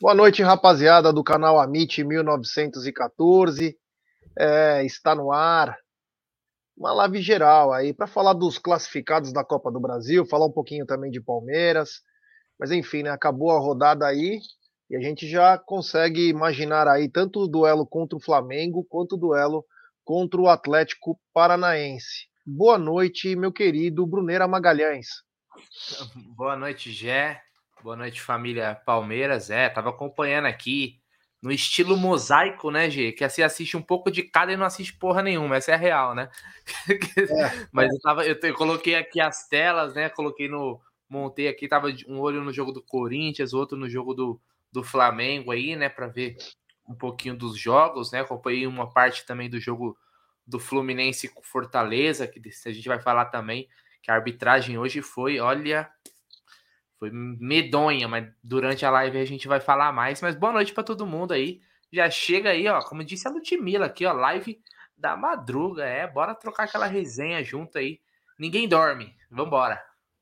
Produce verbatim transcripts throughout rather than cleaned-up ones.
Boa noite, rapaziada do canal Amit mil novecentos e quatorze. É, está no ar uma live geral aí para falar dos classificados da Copa do Brasil, falar um pouquinho também de Palmeiras. Mas enfim, né, acabou a rodada aí e a gente já consegue imaginar aí tanto o duelo contra o Flamengo quanto o duelo contra o Atlético Paranaense. Boa noite, meu querido Brunera Magalhães. Boa noite, Gé. Boa noite, família Palmeiras. É, tava acompanhando aqui no estilo mosaico, né, Gê? Que assim assiste um pouco de cada e não assiste porra nenhuma. Essa é a real, né? É. Mas eu, tava, eu, eu coloquei aqui as telas, né? Coloquei no. Montei aqui, tava um olho no jogo do Corinthians, outro no jogo do, do Flamengo aí, né? Pra ver um pouquinho dos jogos, né? Acompanhei uma parte também do jogo do Fluminense com Fortaleza, que a gente vai falar também, que a arbitragem hoje foi, olha. Foi medonha, mas durante a live a gente vai falar mais. Mas boa noite para todo mundo aí. Já chega aí, ó, como disse a Ludmilla aqui, ó, live da madruga, é, bora trocar aquela resenha junto aí. Ninguém dorme, vambora.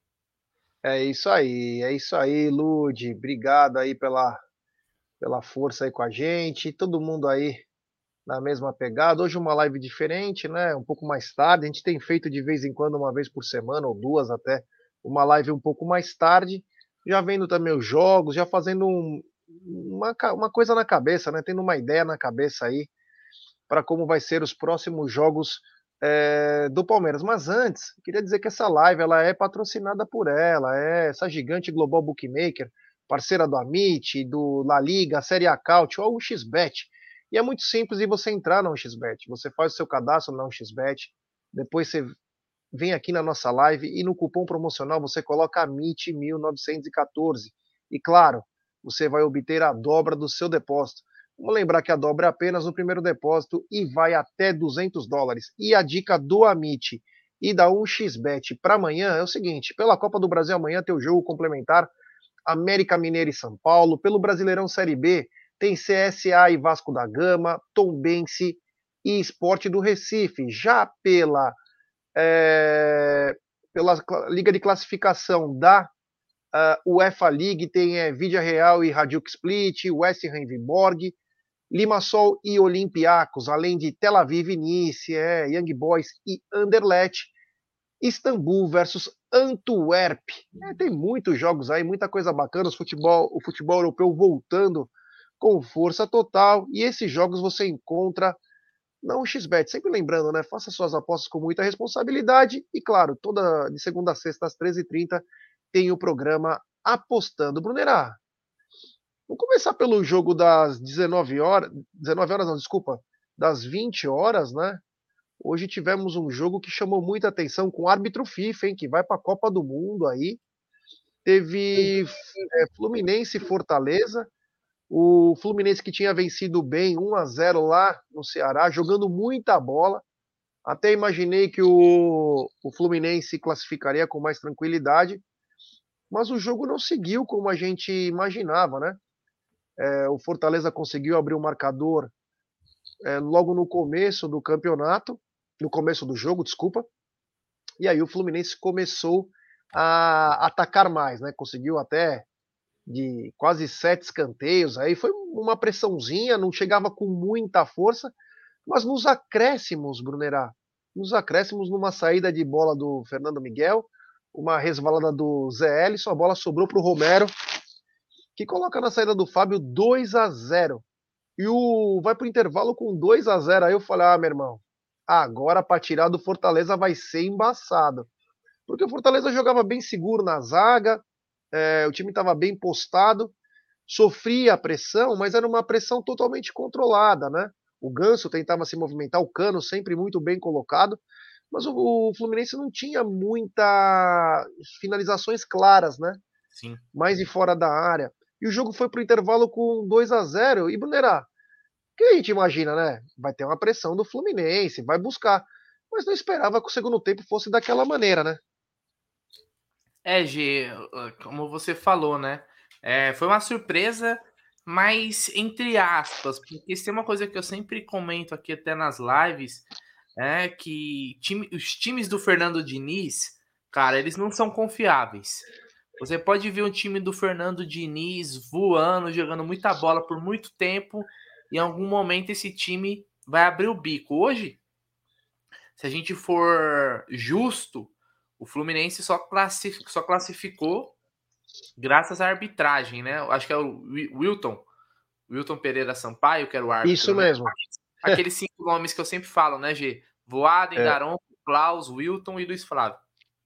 É isso aí, é isso aí, Lud. Obrigado aí pela, pela força aí com a gente. Todo mundo aí na mesma pegada. Hoje uma live diferente, né? Um pouco mais tarde. A gente tem feito de vez em quando, uma vez por semana, ou duas até, uma live um pouco mais tarde. Já vendo também os jogos, já fazendo um, uma, uma coisa na cabeça, né? Tendo uma ideia na cabeça aí para como vai ser os próximos jogos é, do Palmeiras. Mas antes, queria dizer que essa live ela é patrocinada por ela, é essa gigante global bookmaker, parceira do Amit, do La Liga, Série A Caute ou o Xbet. E é muito simples de você entrar no Xbet. Você faz o seu cadastro no Xbet, depois você vem aqui na nossa live e no cupom promocional você coloca Amit mil novecentos e quatorze. E claro, você vai obter a dobra do seu depósito. Vamos lembrar que a dobra é apenas no primeiro depósito e vai até duzentos dólares. E a dica do Amit e da um x bet para amanhã é o seguinte: pela Copa do Brasil amanhã tem o jogo complementar América Mineiro e São Paulo. Pelo Brasileirão Série B tem C S A e Vasco da Gama, Tombense e Sport do Recife. Já pela, é, pela Liga de Classificação da uh, UEFA League tem é, Vídea Real e Hajduk Split, West Ham e Viborg, Limassol e Olympiacos, além de Tel Aviv e Nice, é, Young Boys e Anderlecht, Istambul versus Antwerp. É, tem muitos jogos aí, muita coisa bacana, os futebol, o futebol europeu voltando com força total, e esses jogos você encontra no Xbet. Sempre lembrando, né? Faça suas apostas com muita responsabilidade e, claro, toda de segunda a sexta às treze e trinta tem o programa Apostando. Brunerá, vamos começar pelo jogo das dezenove horas, dezenove horas não, desculpa, das vinte horas, né? Hoje tivemos um jogo que chamou muita atenção com o árbitro FIFA, hein, que vai para a Copa do Mundo aí. Teve é, Fluminense e Fortaleza. O Fluminense que tinha vencido bem um a zero lá no Ceará, jogando muita bola. Até imaginei que o, o Fluminense classificaria com mais tranquilidade, mas o jogo não seguiu como a gente imaginava, né? É, o Fortaleza conseguiu abrir o marcador é, logo no começo do campeonato, no começo do jogo, desculpa. E aí o Fluminense começou a atacar mais, né? Conseguiu até de quase sete escanteios, aí foi uma pressãozinha, não chegava com muita força, mas nos acréscimos, Brunerá, nos acréscimos numa saída de bola do Fernando Miguel, uma resvalada do Zé Elison, a bola sobrou para o Romero, que coloca na saída do Fábio dois a zero. E o vai para o intervalo com dois a zero. Aí eu falei, ah, meu irmão, agora para tirar do Fortaleza vai ser embaçado. Porque o Fortaleza jogava bem seguro na zaga, é, o time estava bem postado, sofria a pressão, mas era uma pressão totalmente controlada, né? O Ganso tentava se movimentar, o Cano sempre muito bem colocado, mas o, o Fluminense não tinha muitas finalizações claras, né? Sim. Mais de fora da área. E o jogo foi para o intervalo com dois a zero. E, Brunerá, o que a gente imagina, né? Vai ter uma pressão do Fluminense, vai buscar. Mas não esperava que o segundo tempo fosse daquela maneira, né? É, G, como você falou, né? É, foi uma surpresa, mas entre aspas, porque se tem uma coisa que eu sempre comento aqui até nas lives, é que time, os times do Fernando Diniz, cara, eles não são confiáveis. Você pode ver um time do Fernando Diniz voando, jogando muita bola por muito tempo, e em algum momento esse time vai abrir o bico. Hoje, se a gente for justo, o Fluminense só, classificou, só classificou graças à arbitragem, né? Acho que é o Wilton, Wilton Pereira Sampaio, que era o árbitro, Isso né? mesmo. Aqueles cinco nomes que eu sempre falo, né, G? Voaden, É. Daron, Klaus, Wilton e Luiz Flávio.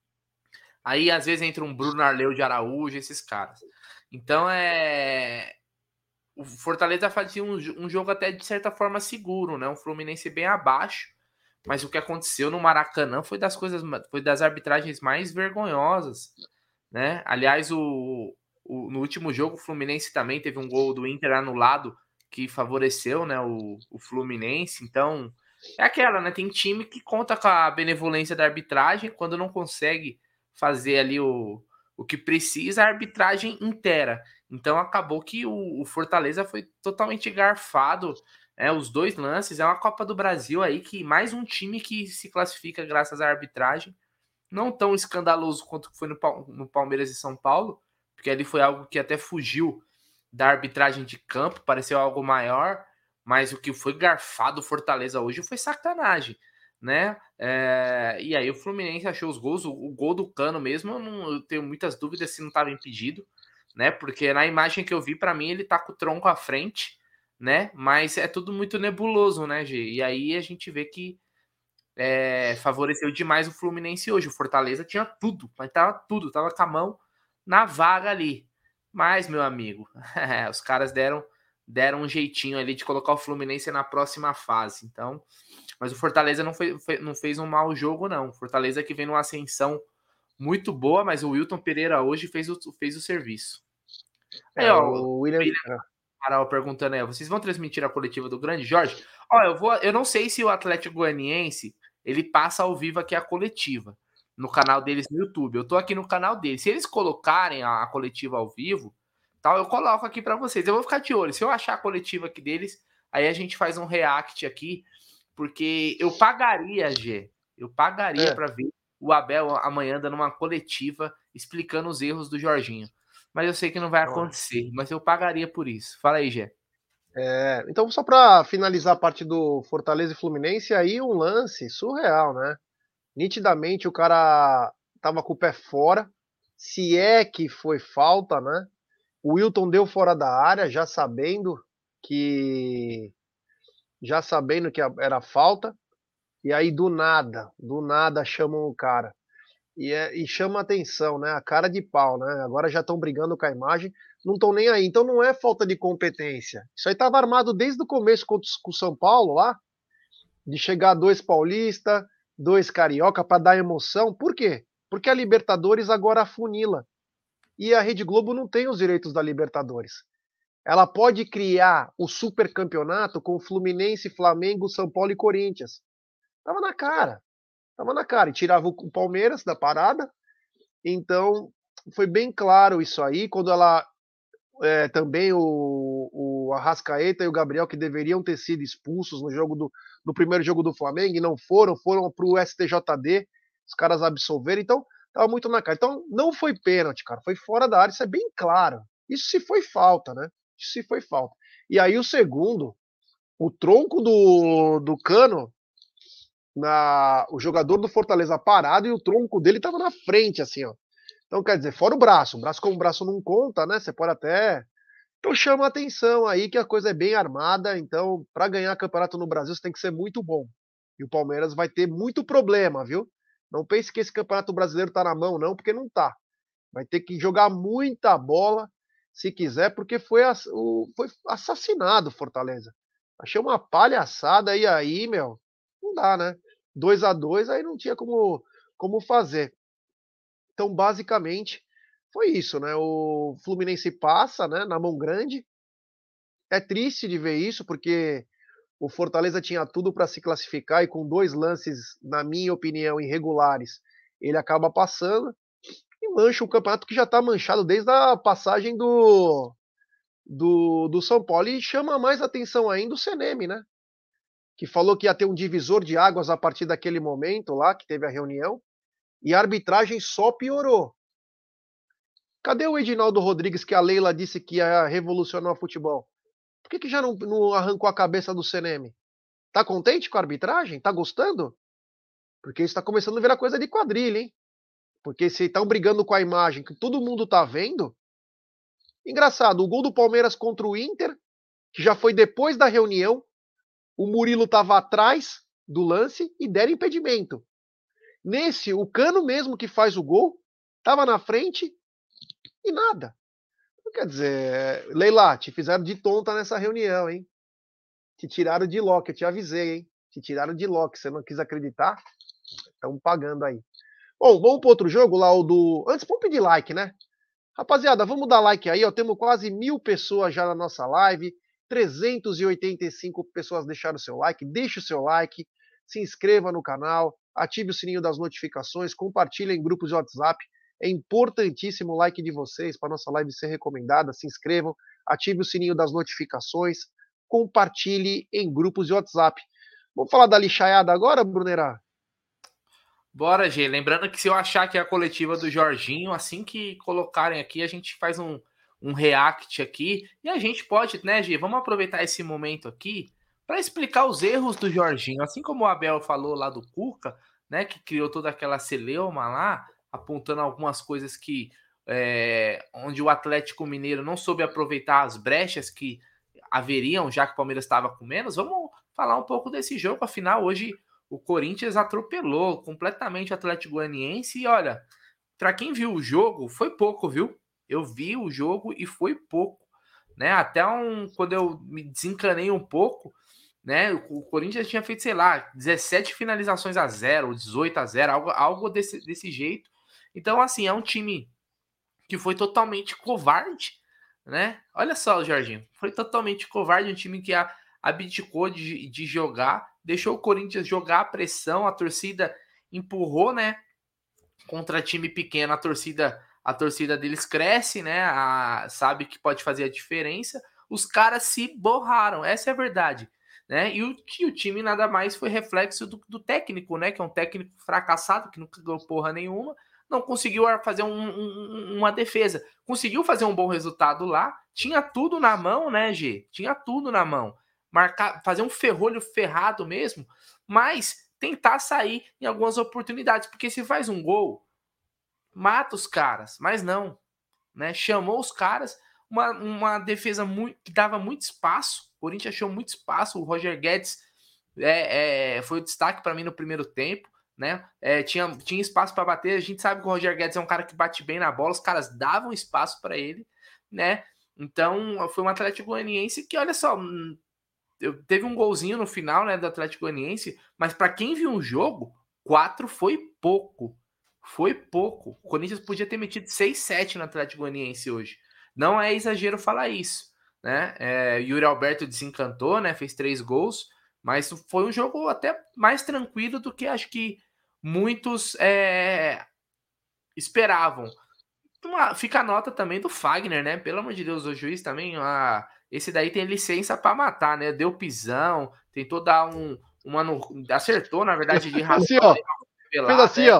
Aí, às vezes, entra um Bruno Arleu de Araújo, esses caras. Então, é... O Fortaleza fazia um, um jogo até, de certa forma, seguro, né? Um Fluminense bem abaixo. Mas o que aconteceu no Maracanã foi das coisas, foi das arbitragens mais vergonhosas, né? Aliás, o, o, no último jogo, o Fluminense também teve um gol do Inter anulado que favoreceu, né, o, o Fluminense. Então, é aquela, né? Tem time que conta com a benevolência da arbitragem, quando não consegue fazer ali o, o que precisa, a arbitragem inteira. Então, acabou que o, o Fortaleza foi totalmente garfado. É, os dois lances, é uma Copa do Brasil aí que mais um time que se classifica graças à arbitragem, não tão escandaloso quanto foi no, no Palmeiras e São Paulo, porque ali foi algo que até fugiu da arbitragem de campo, pareceu algo maior, mas o que foi garfado o Fortaleza hoje foi sacanagem, né? É, e aí o Fluminense achou os gols, o, o gol do Cano mesmo, eu, não, eu tenho muitas dúvidas se não estava impedido, né? Porque na imagem que eu vi, para mim, ele tá com o tronco à frente, né? Mas é tudo muito nebuloso, né, G? E aí a gente vê que é, favoreceu demais o Fluminense hoje. O Fortaleza tinha tudo, mas tava tudo, tava com a mão na vaga ali. Mas, meu amigo, os caras deram, deram um jeitinho ali de colocar o Fluminense na próxima fase. Então, mas o Fortaleza não, foi, foi, não fez um mau jogo, não. O Fortaleza que vem numa ascensão muito boa, mas o Wilton Pereira hoje fez o, fez o serviço. Aí, É, ó, o William. Amaral perguntando aí, vocês vão transmitir a coletiva do grande Jorge? Ó, eu vou, eu não sei se o Atlético Goianiense ele passa ao vivo aqui a coletiva no canal deles no YouTube. Eu tô aqui no canal deles. Se eles colocarem a, a coletiva ao vivo, tal, eu coloco aqui para vocês. Eu vou ficar de olho. Se eu achar a coletiva aqui deles, aí a gente faz um react aqui, porque eu pagaria, G. Eu pagaria É. para ver o Abel amanhã dando uma coletiva explicando os erros do Jorginho. Mas eu sei que não vai acontecer, mas eu pagaria por isso. Fala aí, Gé. É, então, só para finalizar a parte do Fortaleza e Fluminense, aí um lance surreal, né? Nitidamente o cara tava com o pé fora, se é que foi falta, né? O Wilton deu fora da área, já sabendo que já sabendo que era falta, e aí do nada, do nada chamam o cara. E, é, e chama atenção, né? A cara de pau, né? Agora já estão brigando com a imagem, não estão nem aí. Então não é falta de competência. Isso aí estava armado desde o começo com o São Paulo lá, de chegar dois paulistas, dois carioca para dar emoção. Por quê? Porque a Libertadores agora afunila. E a Rede Globo não tem os direitos da Libertadores. Ela pode criar o supercampeonato com Fluminense, Flamengo, São Paulo e Corinthians. Tava na cara. Tava na cara. E tirava o Palmeiras da parada. Então, foi bem claro isso aí. Quando ela. É, também o, o Arrascaeta e o Gabriel, que deveriam ter sido expulsos no jogo do no primeiro jogo do Flamengo, e não foram, foram para o S T J D, os caras absolveram, então tava muito na cara. Então não foi pênalti, cara, foi fora da área, isso é bem claro. Isso se foi falta, né? Isso se foi falta. E aí o segundo, o tronco do, do Cano, na, o jogador do Fortaleza parado e o tronco dele tava na frente, assim, ó. Então, quer dizer, fora o braço. O braço, como o braço não conta, né? Você pode até. Então, chama a atenção aí que a coisa é bem armada. Então, para ganhar campeonato no Brasil, você tem que ser muito bom. E o Palmeiras vai ter muito problema, viu? Não pense que esse campeonato brasileiro tá na mão, não, porque não tá. Vai ter que jogar muita bola, se quiser, porque foi, o, foi assassinado o Fortaleza. Achei uma palhaçada e aí, meu, não dá, né? dois a dois aí não tinha como, como fazer. Então, basicamente, foi isso, né? O Fluminense passa, né, na mão grande. É triste de ver isso, porque o Fortaleza tinha tudo para se classificar e com dois lances, na minha opinião, irregulares, ele acaba passando e mancha o campeonato que já está manchado desde a passagem do, do, do São Paulo. E chama mais atenção ainda o Seneme, né? Que falou que ia ter um divisor de águas a partir daquele momento lá, que teve a reunião, e a arbitragem só piorou. Cadê o Edinaldo Rodrigues que a Leila disse que ia revolucionar o futebol? Por que, que já não, não arrancou a cabeça do C N M? Tá contente com a arbitragem? Tá gostando? Porque isso tá começando a virar coisa de quadrilha, hein? Porque se estão brigando com a imagem que todo mundo tá vendo. Engraçado, o gol do Palmeiras contra o Inter, que já foi depois da reunião, o Murilo estava atrás do lance e deram impedimento. Nesse, o Cano mesmo que faz o gol, estava na frente e nada. Quer dizer, Leila, te fizeram de tonta nessa reunião, hein? Te tiraram de lock, eu te avisei, hein? Te tiraram de lock, você não quis acreditar? Estão pagando aí. Bom, vamos para outro jogo lá, o do... Antes, vamos pedir like, né? Rapaziada, vamos dar like aí, ó. Temos quase mil pessoas já na nossa live. trezentas e oitenta e cinco pessoas deixaram o seu like. Deixe o seu like, se inscreva no canal, ative o sininho das notificações, compartilhe em grupos de WhatsApp. É importantíssimo o like de vocês para nossa live ser recomendada. Se inscrevam, ative o sininho das notificações, compartilhe em grupos de WhatsApp. Vamos falar da lixaiada agora, Brunerá? Bora, G. Lembrando que se eu achar que é a coletiva do Jorginho, assim que colocarem aqui, a gente faz um, um react aqui. E a gente pode, né, G? Vamos aproveitar esse momento aqui para explicar os erros do Jorginho. Assim como o Abel falou lá do Cuca, né, que criou toda aquela celeuma lá, apontando algumas coisas que é, onde o Atlético Mineiro não soube aproveitar as brechas que haveriam, já que o Palmeiras estava com menos. Vamos falar um pouco desse jogo. Afinal, hoje o Corinthians atropelou completamente o Atlético Goianiense. E olha, para quem viu o jogo, foi pouco, viu? Eu vi o jogo e foi pouco, né? Até um, quando eu me desencanei um pouco, né? O Corinthians tinha feito, sei lá, dezessete finalizações a zero, dezoito a zero, algo, algo desse, desse jeito. Então, assim, é um time que foi totalmente covarde, né? Olha só, Jorginho, foi totalmente covarde, um time que a, abdicou de, de jogar, deixou o Corinthians jogar a pressão, a torcida empurrou, né? Contra time pequeno, a torcida, a torcida deles cresce, né? A, sabe que pode fazer a diferença. Os caras se borraram, essa é a verdade. Né? E, o, e o time nada mais foi reflexo do, do técnico, né? Que é um técnico fracassado, que nunca ganhou porra nenhuma, não conseguiu fazer um, um, uma defesa. Conseguiu fazer um bom resultado lá, tinha tudo na mão, né, G? Tinha tudo na mão. Marcar, fazer um ferrolho ferrado mesmo, mas tentar sair em algumas oportunidades, porque se faz um gol, mata os caras, mas não, né? Chamou os caras, uma, uma defesa muito, que dava muito espaço, o Corinthians achou muito espaço, o Roger Guedes é, é, foi o destaque para mim no primeiro tempo, né? É, tinha, tinha espaço para bater, a gente sabe que o Roger Guedes é um cara que bate bem na bola, os caras davam espaço para ele, né? Então foi um Atlético Goianiense que, olha só, eu, teve um golzinho no final, né, do Atlético Goianiense, mas para quem viu o jogo, quatro foi pouco. Foi pouco. O Corinthians podia ter metido seis, sete no Atlético Goianiense hoje. Não é exagero falar isso, né? É, Yuri Alberto desencantou, né? Fez três gols, mas foi um jogo até mais tranquilo do que acho que muitos é, esperavam. Uma, fica a nota também do Fagner, né? Pelo amor de Deus, o juiz também, a, esse daí tem licença para matar, né? Deu pisão, tentou dar um, uma no, acertou, na verdade, de raspar, assim, ó. Fez assim, é, ó.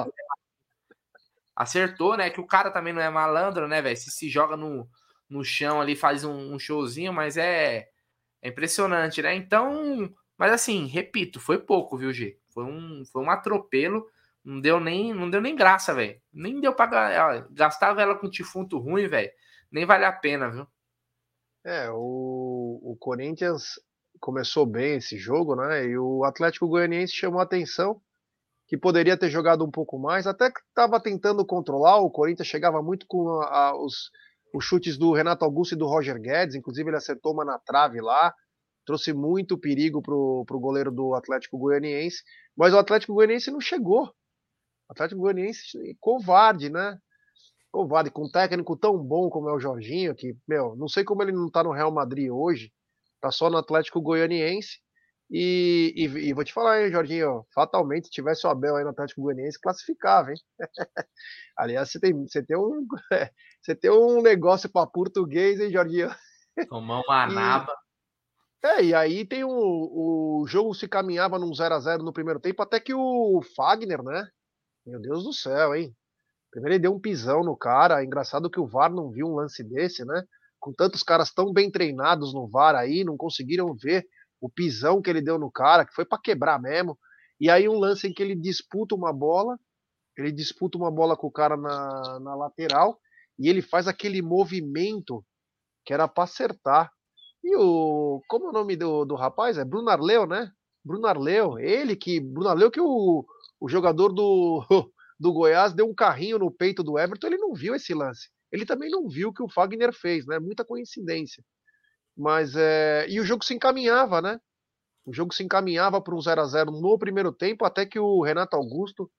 acertou, né? Que o cara também não é malandro, né, velho? Se se joga no, no chão ali, faz um, um showzinho, mas é, é impressionante, né? Então, mas assim, repito, foi pouco, viu, G? Foi um, foi um atropelo. Não deu nem, não deu nem graça, velho. Nem deu pra gastar ela com defunto ruim, velho. Nem vale a pena, viu? É, o, o Corinthians começou bem esse jogo, né? E o Atlético Goianiense chamou a atenção que poderia ter jogado um pouco mais, até que estava tentando controlar. O Corinthians chegava muito com a, a, os, os chutes do Renato Augusto e do Roger Guedes, inclusive ele acertou uma na trave lá, trouxe muito perigo para o goleiro do Atlético Goianiense, mas o Atlético Goianiense não chegou. O Atlético Goianiense covarde, né? Covarde, com um técnico tão bom como é o Jorginho, que, meu, não sei como ele não tá no Real Madrid hoje, tá só no Atlético Goianiense. E, e, e vou te falar, hein, Jorginho, fatalmente, se tivesse o Abel aí no Atlético Goianiense, classificava, hein? Aliás, você tem, você tem um, você tem um negócio para português, hein, Jorginho? Tomar uma E, naba. é, e aí tem o, o jogo se caminhava num zero a zero no primeiro tempo, até que o Fagner, né? Meu Deus do céu, hein? Primeiro ele deu um pisão no cara, engraçado que o V A R não viu um lance desse, né? Com tantos caras tão bem treinados no V A R aí, não conseguiram ver o pisão que ele deu no cara, que foi pra quebrar mesmo. E aí um lance em que ele disputa uma bola, ele disputa uma bola com o cara na, na lateral, e ele faz aquele movimento que era pra acertar. E o. Como é o nome do, do rapaz? É Bruno Arleu, né? Bruno Arleu. Ele que. Bruno Arleu que o, o jogador do, do Goiás deu um carrinho no peito do Everton, ele não viu esse lance. Ele também não viu o que o Fagner fez, né? Muita coincidência. Mas é. E o jogo se encaminhava, né? O jogo se encaminhava para um zero a zero no primeiro tempo, até que o Renato Augusto.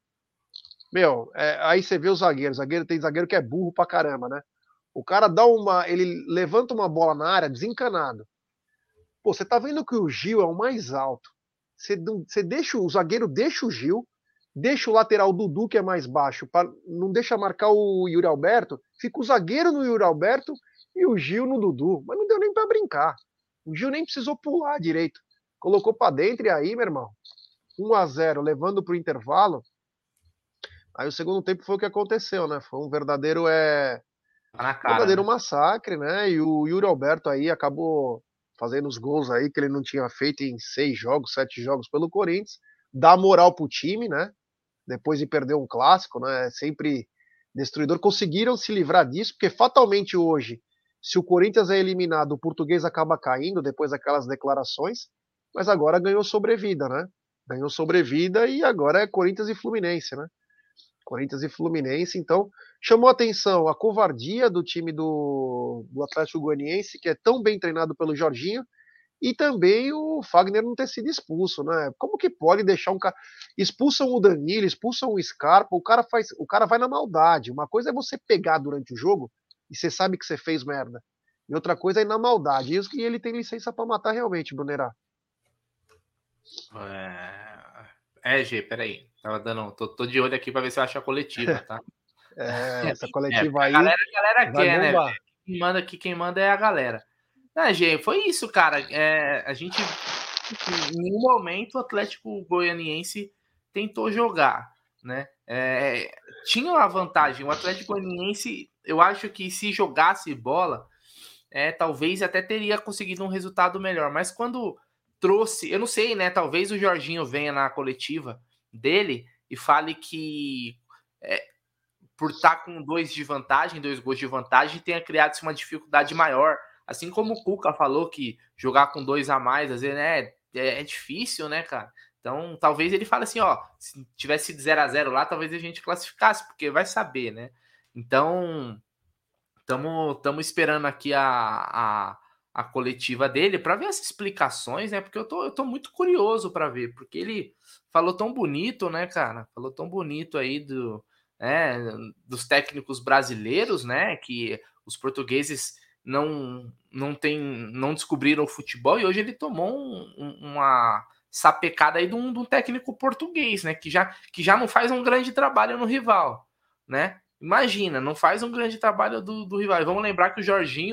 Meu, é, aí você vê o zagueiro. Zagueiro tem zagueiro que é burro pra caramba, né? O cara dá uma. Ele levanta uma bola na área desencanado. Pô, você tá vendo que o Gil é o mais alto. Você, você deixa o zagueiro, deixa o Gil, deixa o lateral Dudu, que é mais baixo, pra, não deixa marcar o Yuri Alberto, fica o zagueiro no Yuri Alberto e o Gil no Dudu. Mas não deu nem para brincar. O Gil nem precisou pular direito. Colocou para dentro e aí, meu irmão, um a zero, levando pro intervalo. Aí o segundo tempo foi o que aconteceu, né? Foi um verdadeiro é Tá na cara, verdadeiro né? massacre, né? E o Yuri Alberto aí acabou fazendo os gols aí que ele não tinha feito em seis jogos, sete jogos pelo Corinthians, dá moral pro time, né? Depois de perder um clássico, né? Sempre destruidor. Conseguiram se livrar disso, porque fatalmente hoje, se o Corinthians é eliminado, o Português acaba caindo depois daquelas declarações, mas agora ganhou sobrevida, né? Ganhou sobrevida e agora é Corinthians e Fluminense, né? Corinthians e Fluminense, então chamou atenção a covardia do time do, do Atlético Goianiense, que é tão bem treinado pelo Jorginho, e também o Fagner não ter sido expulso, né? Como que pode deixar um cara expulsam o Danilo, expulsam o Scarpa, o cara faz, o cara vai na maldade. Uma coisa é você pegar durante o jogo e você sabe que você fez merda. E outra coisa é ir na maldade. Isso que ele tem licença para matar realmente, Brunerá. É, é G, peraí. Tava dando. Tô, tô de olho aqui pra ver se eu acho a coletiva, tá? É, essa É, coletiva a aí galera, a galera vai quer, né, velho? bombar. Quem manda aqui, quem manda é a galera. Ah, G, foi isso, cara. É, a gente, em nenhum momento, o Atlético Goianiense tentou jogar, né? É, tinha uma vantagem. O Atlético Goianiense, eu acho que se jogasse bola, é, talvez até teria conseguido um resultado melhor. Mas quando trouxe, eu não sei, né? Talvez o Jorginho venha na coletiva dele e fale que é, por estar com dois de vantagem, dois gols de vantagem, tenha criado uma dificuldade maior. Assim como o Cuca falou que jogar com dois a mais, às vezes, né, é, é difícil, né, cara? Então, talvez ele fale assim, ó, se tivesse de zero a zero lá, talvez a gente classificasse, porque vai saber, né? Então, estamos esperando aqui a, a, a coletiva dele para ver as explicações, né? Porque eu tô, eu tô muito curioso para ver, porque ele falou tão bonito, né, cara? Falou tão bonito aí do, é, dos técnicos brasileiros, né? Que os portugueses não não tem, não descobriram o futebol e hoje ele tomou um, um, uma sapecada aí de um, de um técnico português, né? Que já, que já não faz um grande trabalho no rival, né? Imagina, não faz um grande trabalho do, do rival. Vamos lembrar que o Jorginho,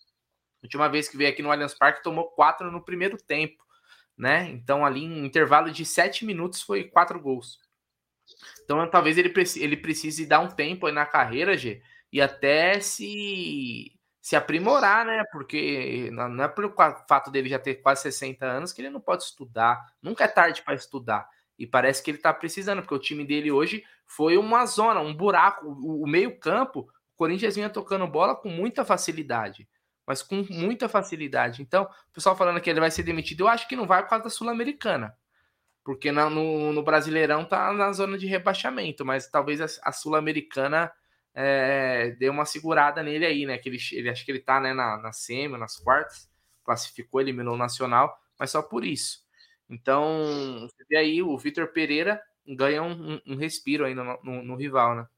a última vez que veio aqui no Allianz Parque, tomou quatro no primeiro tempo, né? Então, ali em intervalo de sete minutos, foi quatro gols. Então, talvez ele, ele precise dar um tempo aí na carreira, G, e até se, se aprimorar, né? Porque não é pelo fato dele já ter quase sessenta anos que ele não pode estudar. Nunca é tarde para estudar. E parece que ele tá precisando, porque o time dele hoje foi uma zona, um buraco. O, o meio-campo, o Corinthians vinha tocando bola com muita facilidade. Mas com muita facilidade. Então, o pessoal falando que ele vai ser demitido, eu acho que não vai por causa da Sul-Americana. Porque na, no, no Brasileirão tá na zona de rebaixamento, mas talvez a, a Sul-Americana é, dê uma segurada nele aí, né? Que ele, ele acho que ele tá, né, na, na semi, nas quartas, classificou, eliminou o Nacional, mas só por isso. Então, você vê aí, o Vitor Pereira ganha um, um, um respiro aí no, no, no rival, né?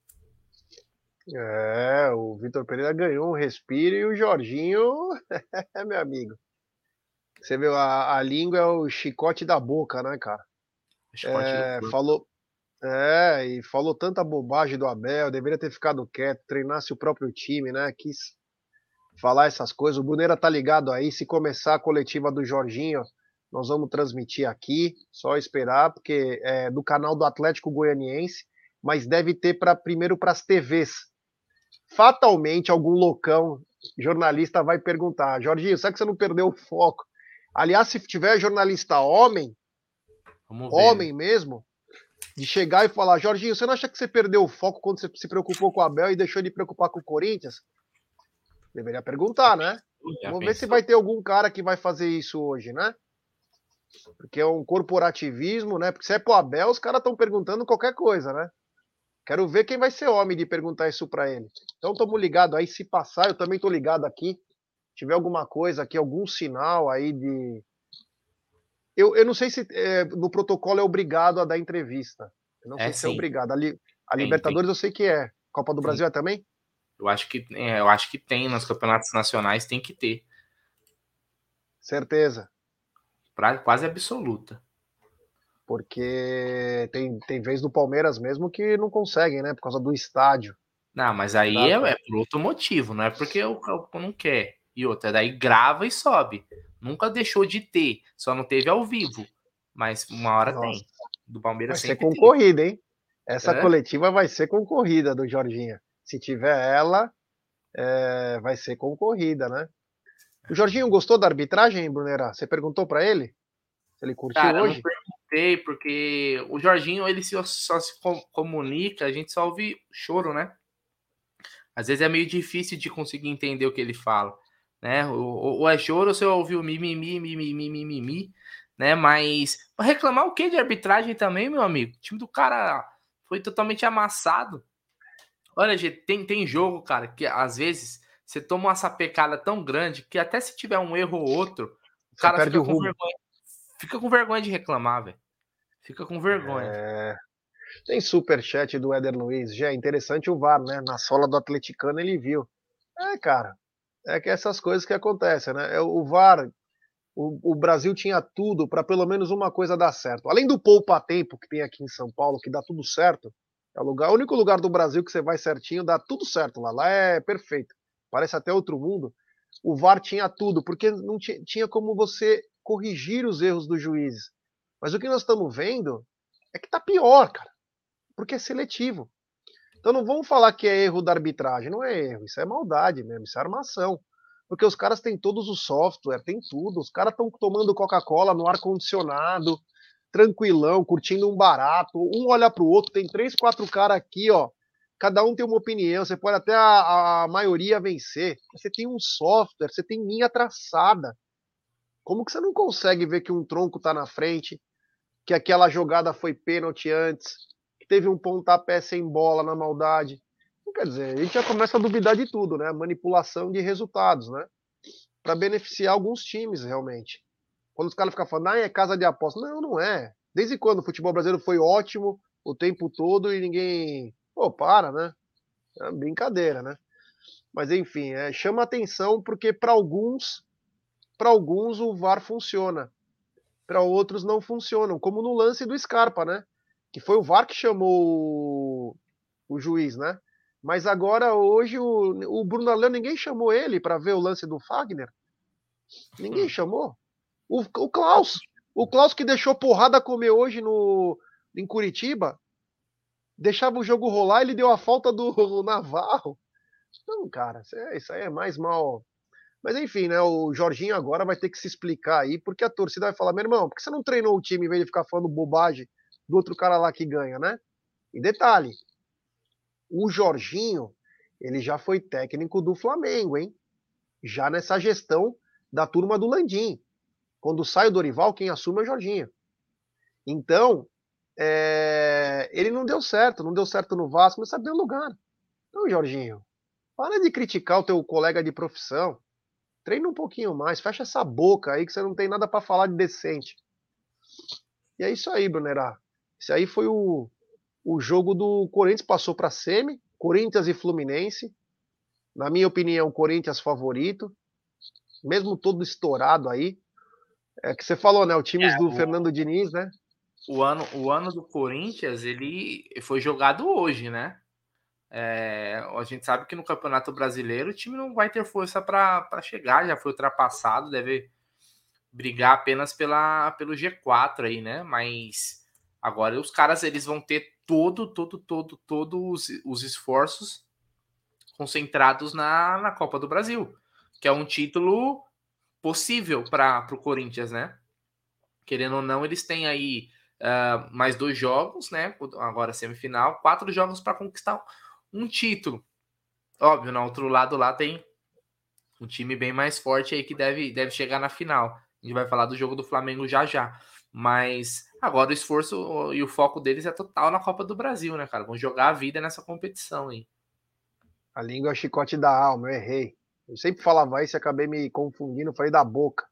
É, o Vitor Pereira ganhou um respiro e o Jorginho é meu amigo. Você viu, a, a língua é o chicote da boca, né, cara? Chicote do É, corpo. falou, é, e falou tanta bobagem do Abel, deveria ter ficado quieto, treinasse o próprio time, né? Quis falar essas coisas. O Bruneira tá ligado aí, se começar a coletiva do Jorginho, nós vamos transmitir aqui, só esperar, porque é do canal do Atlético Goianiense. mas deve ter para primeiro para as T Vs. Fatalmente, algum loucão jornalista vai perguntar: Jorginho, será que você não perdeu o foco? Aliás, se tiver jornalista homem, Vamos ver, homem né? mesmo, de chegar e falar: Jorginho, você não acha que você perdeu o foco quando você se preocupou com o Abel e deixou de preocupar com o Corinthians? Deveria perguntar, né? Já Vamos ver se vai pensou? ter algum cara que vai fazer isso hoje, né? Porque é um corporativismo, né? Porque se é pro Abel, os caras estão perguntando qualquer coisa, né? Quero ver quem vai ser homem de perguntar isso para ele. Então estamos ligados aí, se passar, eu também tô ligado aqui. Se tiver alguma coisa aqui, algum sinal aí de. Eu, eu não sei se é, no protocolo é obrigado a dar entrevista. Eu não É sei se é sim, obrigado. A, Li... a tem, tem, Libertadores eu sei que é. Copa do tem. Brasil é também? Eu acho que, é, eu acho que tem nos campeonatos nacionais, tem que ter. Certeza. Pra, quase absoluta. Porque tem, tem vez do Palmeiras mesmo que não conseguem, né? Por causa do estádio. Não, mas aí é, Data. é por outro motivo, não é porque o campo não quer. E outra, daí grava e sobe. Nunca deixou de ter, só não teve ao vivo. Mas uma hora Nossa, tem. Do Palmeiras vai ser sempre teve. concorrida, hein? Essa Hã? coletiva vai ser concorrida do Jorginho. Se tiver ela, é, vai ser concorrida, né? O Jorginho gostou da arbitragem, Brunera? Você perguntou para ele? Se ele curtiu Cara, não hoje? perguntei, porque o Jorginho, ele se- só se com- comunica, a gente só ouve choro, né? Às vezes é meio difícil de conseguir entender o que ele fala, né? Ou, ou é choro ou você ouviu mimimi, mimimi, mimimi, né? Mas pra reclamar o que de arbitragem também, meu amigo? O time do cara foi totalmente amassado. Olha, gente, tem, tem jogo, cara, que às vezes você toma uma sapecada tão grande que até se tiver um erro ou outro, o Você cara perde fica o com rumo. vergonha, fica com vergonha de reclamar, velho. Fica com vergonha. É... Tem superchat do Éder Luiz. Já é interessante o V A R, né? Na sola do atleticano ele viu. É, cara. É que essas coisas que acontecem, né? É, o V A R, o, o Brasil tinha tudo para pelo menos uma coisa dar certo. Além do poupa-tempo que tem aqui em São Paulo, que dá tudo certo, é o, lugar, o único lugar do Brasil que você vai certinho, dá tudo certo lá. Lá é perfeito. Parece até outro mundo. O V A R tinha tudo, porque não tinha, tinha como você corrigir os erros dos juízes. Mas o que nós estamos vendo é que tá pior, cara, porque é seletivo. Então não vamos falar que é erro da arbitragem, não é erro, isso é maldade mesmo, isso é armação. Porque os caras têm todos os software, tem tudo. Os caras estão tomando Coca-Cola no ar-condicionado, tranquilão, curtindo um barato. Um olha pro outro, tem três, quatro caras aqui, ó. Cada um tem uma opinião, você pode até a, a maioria vencer. Você tem um software, você tem linha traçada. Como que você não consegue ver que um tronco tá na frente, que aquela jogada foi pênalti antes, que teve um pontapé sem bola na maldade? Não quer dizer, a gente já começa a duvidar de tudo, né? Manipulação de resultados, né? Para beneficiar alguns times, realmente. Quando os caras ficam falando, ah, é casa de aposta. Não, não é. Desde quando o futebol brasileiro foi ótimo o tempo todo e ninguém. Pô, para, né? É brincadeira, né? Mas enfim, é, chama atenção porque para alguns, para alguns o V A R funciona, para outros não funcionam, como no lance do Scarpa, né? Que foi o V A R que chamou o, o juiz, né? Mas agora, hoje, o, o Bruno Allan, ninguém chamou ele para ver o lance do Fagner. Ninguém Hum. chamou. O, o Klaus. O Klaus que deixou porrada comer hoje no, em Curitiba. Deixava o jogo rolar, ele deu a falta do Navarro. Não, cara, isso, é, isso aí é mais mal. Mas enfim, né? O Jorginho agora vai ter que se explicar aí, porque a torcida vai falar: meu irmão, por que você não treinou o time em vez de ficar falando bobagem do outro cara lá que ganha, né? E detalhe: o Jorginho, ele já foi técnico do Flamengo, hein? Já nessa gestão da turma do Landim. Quando sai o Dorival, quem assume é o Jorginho. Então, é, ele não deu certo, não deu certo no Vasco, não sabia o lugar. Então, Jorginho, para de criticar o teu colega de profissão. Treina um pouquinho mais, fecha essa boca aí que você não tem nada para falar de decente. E é isso aí, Brunerá. Esse aí foi o, o jogo do Corinthians, passou para semi, Corinthians e Fluminense. Na minha opinião, Corinthians favorito, mesmo todo estourado aí. É que você falou, né? O time do O, Fernando Diniz, né? o, ano, o ano do Corinthians, ele foi jogado hoje, né? É, a gente sabe que no Campeonato Brasileiro o time não vai ter força para chegar, já foi ultrapassado, deve brigar apenas pela, pelo G quatro aí, né? Mas Agora os caras eles vão ter todo, todo, todo, todos os, os esforços concentrados na, na Copa do Brasil, que é um título possível para o Corinthians, né? Querendo ou não, eles têm aí uh, mais dois jogos, né? Agora semifinal, quatro jogos para conquistar um título. Óbvio, no outro lado lá tem um time bem mais forte aí que deve, deve chegar na final. A gente vai falar do jogo do Flamengo já já. Mas agora o esforço e o foco deles é total na Copa do Brasil, né, cara? Vão jogar a vida nessa competição aí. A língua é o chicote da alma, eu errei. Eu sempre falava isso e acabei me confundindo, falei da boca.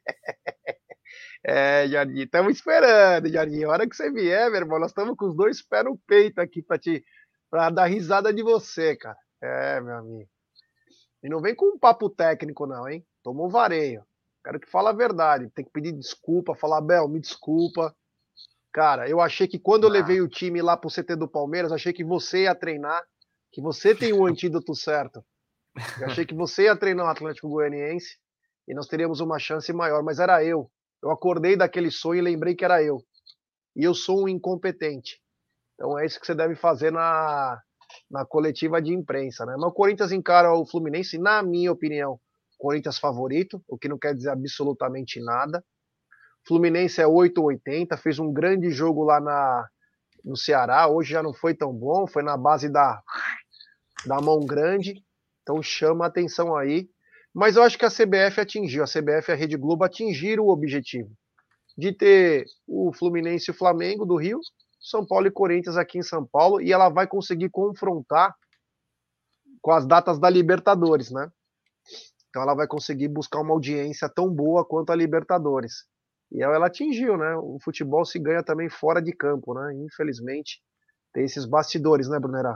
É, Jardim, estamos esperando, Jardim. A hora que você vier, meu irmão, nós estamos com os dois pés no peito aqui para te para dar risada de você, cara. É, meu amigo. E não vem com um papo técnico, não, hein? Tomou vareio. Quero que fale a verdade. Tem que pedir desculpa, falar, Bel, me desculpa. Cara, eu achei que quando eu levei o time lá pro C T do Palmeiras, achei que você ia treinar, que você tem o antídoto certo. Eu achei que você ia treinar o Atlético Goianiense e nós teríamos uma chance maior, mas era eu. Eu acordei daquele sonho e lembrei que era eu. E eu sou um incompetente. Então é isso que você deve fazer na, na coletiva de imprensa, né? Mas o Corinthians encara o Fluminense, na minha opinião, Corinthians favorito, o que não quer dizer absolutamente nada. Fluminense é oito ou oitenta, fez um grande jogo lá na, no Ceará, hoje já não foi tão bom, foi na base da, da mão grande, então chama a atenção aí. Mas eu acho que a C B F atingiu, a C B F e a Rede Globo atingiram o objetivo de ter o Fluminense e o Flamengo do Rio, São Paulo e Corinthians aqui em São Paulo, e ela vai conseguir confrontar com as datas da Libertadores, né? Então ela vai conseguir buscar uma audiência tão boa quanto a Libertadores. E ela atingiu, né? O futebol se ganha também fora de campo, né? Infelizmente, tem esses bastidores, né, Brunerá?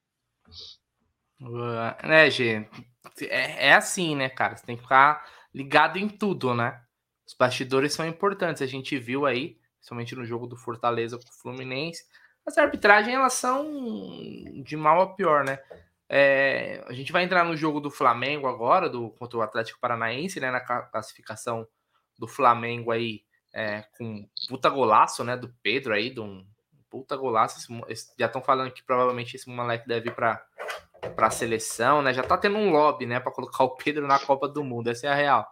Uh, né, Gê? É, é assim, né, cara? Você tem que ficar ligado em tudo, né? Os bastidores são importantes. A gente viu aí, principalmente no jogo do Fortaleza com o Fluminense, as arbitragens elas são de mal a pior, né? É, a gente vai entrar no jogo do Flamengo agora, do, contra o Atlético Paranaense, né? Na classificação do Flamengo aí, é, com puta golaço, né? Do Pedro aí, de um puta golaço. Já estão falando que provavelmente esse moleque deve ir para para a seleção, né? Já tá tendo um lobby, né, para colocar o Pedro na Copa do Mundo, essa é a real.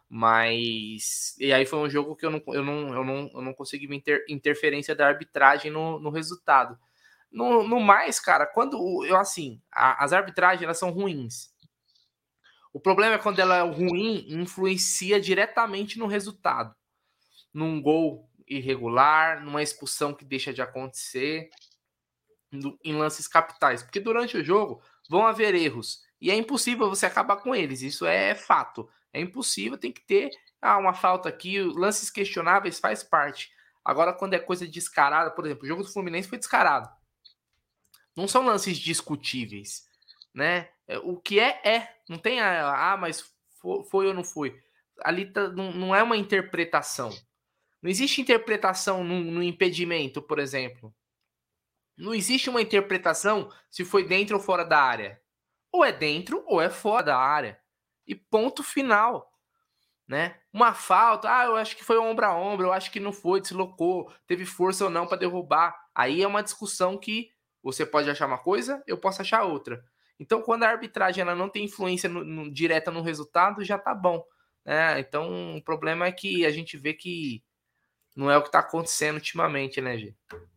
Mas e aí foi um jogo que eu não eu não eu não, eu não consegui ver inter, interferência da arbitragem no, no resultado. No, no mais, cara, quando eu assim, a, as arbitragens elas são ruins. O problema é quando ela é ruim, influencia diretamente no resultado. Num gol irregular, numa expulsão que deixa de acontecer, no, em lances capitais, porque durante o jogo vão haver erros e é impossível você acabar com eles, isso é fato, é impossível, tem que ter ah, uma falta aqui, lances questionáveis faz parte. Agora, quando é coisa descarada, por exemplo, o jogo do Fluminense foi descarado, não são lances discutíveis, né? O que é, é, não tem ah, mas foi, foi ou não foi, ali tá, não, não é uma interpretação, não existe interpretação no, no impedimento, por exemplo. Não existe uma interpretação se foi dentro ou fora da área. Ou é dentro ou é fora da área. E ponto final. Né? Uma falta, ah, eu acho que foi ombro a ombro, eu acho que não foi, deslocou, teve força ou não para derrubar. Aí é uma discussão que você pode achar uma coisa, eu posso achar outra. Então, quando a arbitragem ela não tem influência no, no, direta no resultado, já tá bom. Né? Então, o problema é que a gente vê que não é o que está acontecendo ultimamente, né, gente?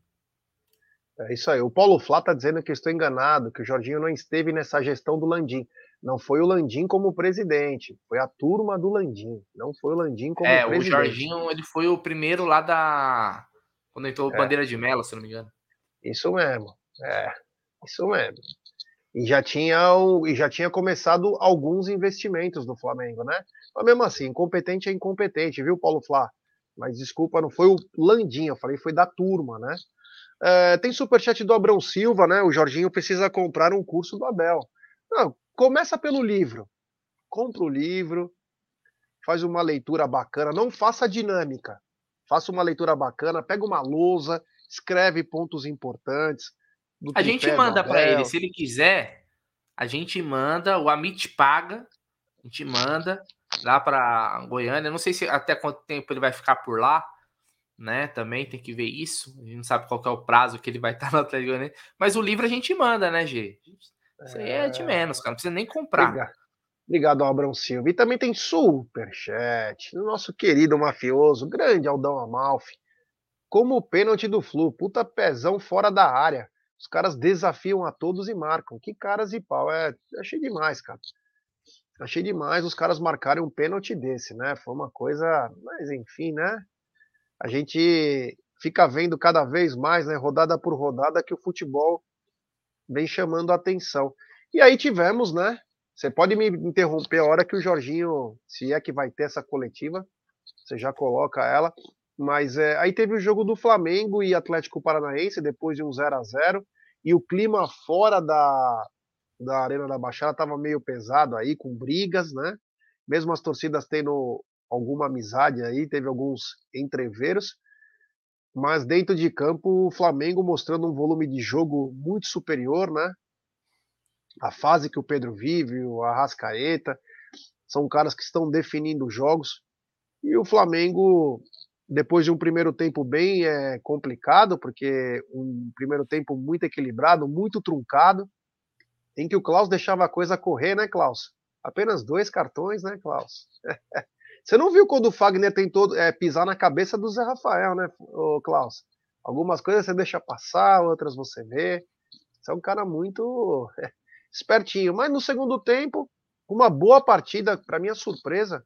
É isso aí. O Paulo Flá está dizendo que eu estou enganado, que o Jorginho não esteve nessa gestão do Landim. Não foi o Landim como presidente, foi a turma do Landim. Não foi o Landim como é, presidente. É, o Jorginho ele foi o primeiro lá da. Quando entrou é. Bandeira de Melo, se não me engano. Isso mesmo. É, isso mesmo. E já tinha, o, e já tinha começado alguns investimentos do Flamengo, né? Mas mesmo assim, incompetente é incompetente, viu, Paulo Flá? Mas desculpa, não foi o Landim, eu falei foi da turma, né? É, tem superchat do Abrão Silva, né? O Jorginho precisa comprar um curso do Abel. Não, começa pelo livro. Compra o livro, faz uma leitura bacana, não faça dinâmica. Faça uma leitura bacana, pega uma lousa, escreve pontos importantes. Do a gente manda para ele, se ele quiser, a gente manda, o Amit paga, a gente manda lá para Goiânia. Não sei se até quanto tempo ele vai ficar por lá, né? Também tem que ver isso. A gente não sabe qual que é o prazo que ele vai estar no Atlético Goianiense. Mas o livro a gente manda, né, G? Isso aí é de menos, cara. Não precisa nem comprar. Obrigado. Obrigado, Abrão Silva. E também tem superchat do nosso querido mafioso, grande Aldão Amalfi. Como o pênalti do Flu, puta pezão fora da área. Os caras desafiam a todos e marcam. Que caras e pau. É, achei demais, cara. Achei demais os caras marcarem um pênalti desse, né? Foi uma coisa. Mas enfim, né? A gente fica vendo cada vez mais, né? Rodada por rodada, que o futebol vem chamando a atenção. E aí tivemos, né? Você pode me interromper a hora que o Jorginho, se é que vai ter essa coletiva, você já coloca ela. Mas é, aí teve o jogo do Flamengo e Atlético Paranaense, depois de um zero a zero, e o clima fora da, da Arena da Baixada estava meio pesado aí, com brigas, né? Mesmo as torcidas tendo alguma amizade aí, teve alguns entreveros, mas dentro de campo o Flamengo mostrando um volume de jogo muito superior, né? A fase que o Pedro vive, o Arrascaeta, são caras que estão definindo jogos. E o Flamengo, depois de um primeiro tempo bem é, complicado, porque um primeiro tempo muito equilibrado, muito truncado, em que o Klaus deixava a coisa correr, né, Klaus? Apenas dois cartões, né, Klaus? Você não viu quando o Fagner tentou é, pisar na cabeça do Zé Rafael, né, ô, Klaus? Algumas coisas você deixa passar, outras você vê. Você é um cara muito é, espertinho. Mas no segundo tempo, uma boa partida, para minha surpresa,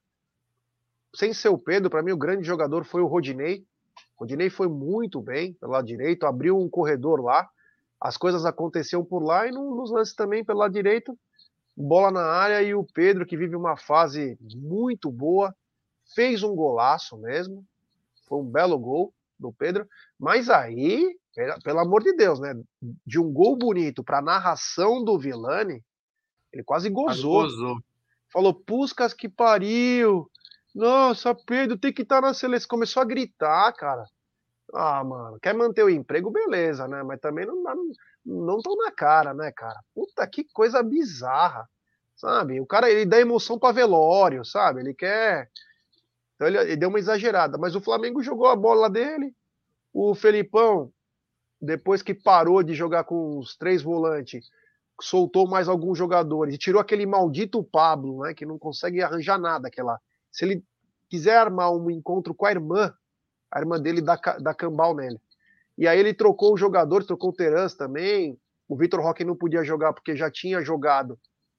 sem ser o Pedro, para mim o grande jogador foi o Rodinei. O Rodinei foi muito bem pelo lado direito, abriu um corredor lá, as coisas aconteciam por lá e nos lances também pelo lado direito, bola na área e o Pedro, que vive uma fase muito boa, fez um golaço mesmo, foi um belo gol do Pedro, mas aí, pelo amor de Deus, né, de um gol bonito para a narração do Villani, ele quase Quase gozou. gozou. Falou, Puskas que pariu, nossa, Pedro tem que estar na seleção. Começou a gritar, cara. Ah, mano, quer manter o emprego, beleza, né? Mas também não dá, não tão na cara, né, cara? Puta, que coisa bizarra, sabe? O cara, ele dá emoção pra velório, sabe? Ele quer... Então ele, ele deu uma exagerada. Mas o Flamengo jogou a bola dele. O Felipão, depois que parou de jogar com os três volantes, soltou mais alguns jogadores e tirou aquele maldito Pablo, né? Que não consegue arranjar nada, aquela... Se ele quiser armar um encontro com a irmã, a irmã dele dá, dá cambal nele. E aí ele trocou os jogadores, trocou o Terans também. O Vitor Roque não podia jogar porque já tinha jogado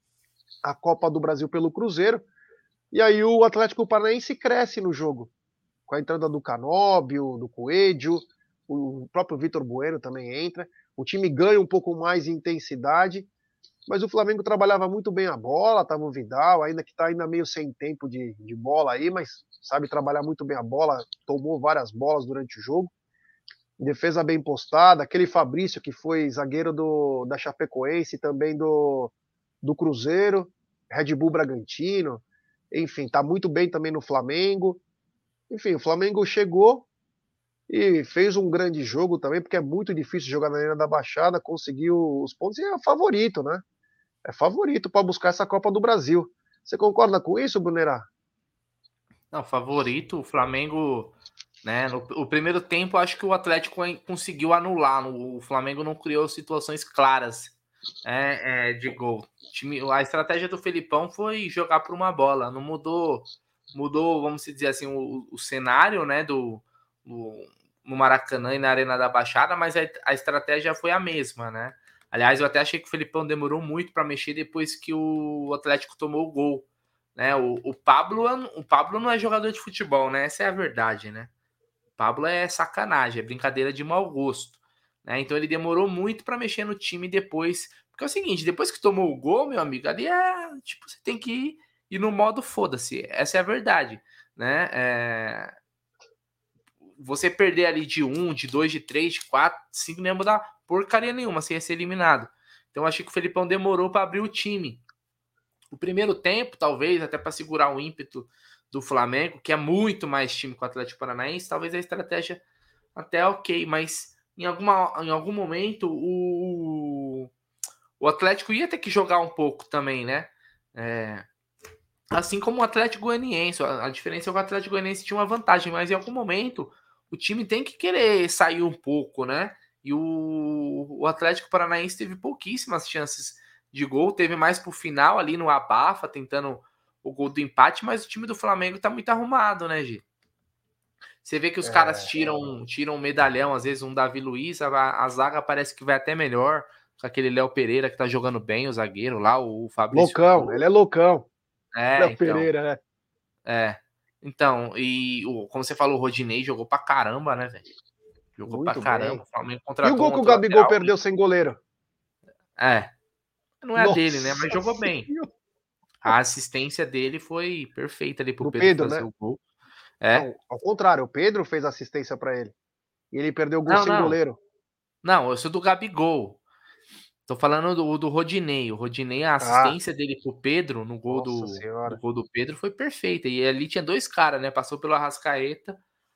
a Copa do Brasil pelo Cruzeiro. E aí o Atlético Paranaense cresce no jogo. Com a entrada do Canóbio, do Coelho, o próprio Vitor Bueno também entra. O time ganha um pouco mais de intensidade. Mas o Flamengo trabalhava muito bem a bola, tava o Vidal, ainda que tá ainda meio sem tempo de, de bola aí, mas sabe trabalhar muito bem a bola, tomou várias bolas durante o jogo. Defesa bem postada, aquele Fabrício que foi zagueiro do, da Chapecoense, também do, do Cruzeiro, Red Bull Bragantino, enfim, tá muito bem também no Flamengo. Enfim, o Flamengo chegou e fez um grande jogo também, porque é muito difícil jogar na Arena da Baixada, conseguiu os pontos e é favorito, né? É favorito para buscar essa Copa do Brasil. Você concorda com isso, Brunerá? Não, favorito, o Flamengo, né? No o primeiro tempo, acho que o Atlético conseguiu anular. O Flamengo não criou situações claras é, é, de gol. A estratégia do Felipão foi jogar por uma bola, não mudou, mudou, vamos dizer assim, o, o cenário, né? Do, do, no Maracanã e na Arena da Baixada, mas a, a estratégia foi a mesma, né? Aliás, eu até achei que o Felipão demorou muito para mexer depois que o Atlético tomou o gol. Né? O, o, Pablo, o Pablo não é jogador de futebol, né? Essa é a verdade, né? O Pablo é sacanagem, é brincadeira de mau gosto. Né? Então ele demorou muito para mexer no time depois. Porque é o seguinte, depois que tomou o gol, meu amigo, ali é tipo, você tem que ir, ir no modo foda-se. Essa é a verdade. Né? É... Você perder ali de um, de dois, de três, de quatro, de cinco, não ia mudar porcaria nenhuma, você ia ser eliminado. Então eu achei que o Felipão demorou para abrir o time. O primeiro tempo, talvez, até para segurar o ímpeto do Flamengo, que é muito mais time que o Atlético Paranaense, talvez a estratégia até é ok, mas em, alguma, em algum momento o, o Atlético ia ter que jogar um pouco também, né? É, assim como o Atlético Goianiense. A, a diferença é que o Atlético Goianiense tinha uma vantagem, mas em algum momento o time tem que querer sair um pouco, né? E o, o Atlético Paranaense teve pouquíssimas chances de gol, teve mais pro final ali no abafa, tentando o gol do empate, mas o time do Flamengo tá muito arrumado, né, Gi? Você vê que os caras É, tiram tiram um medalhão, às vezes um Davi Luiz, a, a zaga parece que vai até melhor, com aquele Léo Pereira que tá jogando bem, o zagueiro lá, o Fabrício loucão, ele Bruno. é loucão. É, Léo então. Pereira, é. É. Então, e o, como você falou, o Rodinei jogou pra caramba, né, velho? Jogou pra Muito caramba. bem. O Flamengo E o contratou um gol que o outro Gabigol lateral. perdeu sem goleiro? É. Não é a dele, né? Mas Nossa jogou bem. senhora. A assistência dele foi perfeita ali pro Do Pedro Pedro, fazer né? o gol. É. Não, ao contrário, o Pedro fez assistência pra ele. E ele perdeu o gol Não, sem não. goleiro. Não, eu sou do Gabigol. Tô falando do, do Rodinei. O Rodinei, a Ah, assistência dele pro Pedro no gol nossa do, no senhora. gol do Pedro foi perfeita. E ali tinha dois caras, né? Passou pelo Arrascaeta.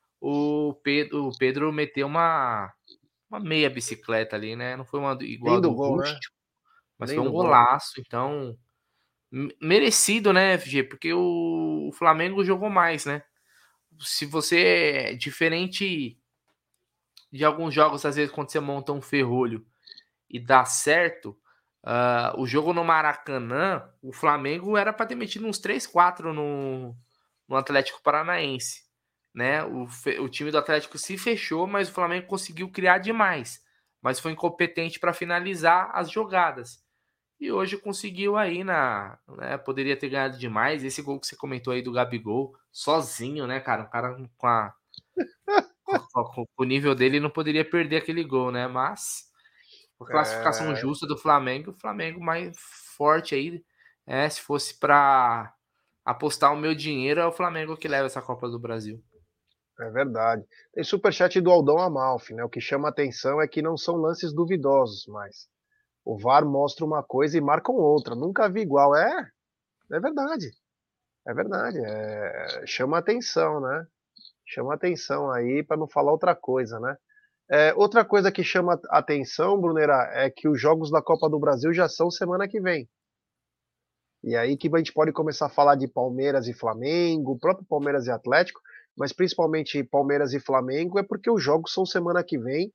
O Pedro, o Pedro meteu uma, uma meia bicicleta ali, né? Não foi uma igual a Lindo do gol, né? Rústico, mas foi um Lindo gol. golaço. Então, merecido, né, F G? Porque o, o Flamengo jogou mais, né? Se você é diferente de alguns jogos, às vezes, quando você monta um ferrolho e dá certo, uh, o jogo no Maracanã, o Flamengo era para ter metido uns três, quatro no, no Atlético Paranaense. Né? O, o time do Atlético se fechou, mas o Flamengo conseguiu criar demais. Mas foi incompetente para finalizar as jogadas. E hoje conseguiu aí na. Né, poderia ter ganhado demais. Esse gol que você comentou aí do Gabigol, sozinho, né, cara? Um cara com, a, com, com o nível dele não poderia perder aquele gol, né? Mas a classificação É, justa do Flamengo, o Flamengo mais forte aí. É, se fosse para apostar o meu dinheiro, é o Flamengo que leva essa Copa do Brasil. é verdade. Tem superchat do Aldão Amalfi, né? O que chama atenção é que não são lances duvidosos, mas o V A R mostra uma coisa e marcam outra. Nunca vi igual. É, é verdade. É verdade. É, chama atenção, né? Chama atenção aí para não falar outra coisa, né? É, outra coisa que chama atenção, Brunera, é que os jogos da Copa do Brasil já são semana que vem. E aí que a gente pode começar a falar de Palmeiras e Flamengo, o próprio Palmeiras e Atlético, mas principalmente Palmeiras e Flamengo, é porque os jogos são semana que vem.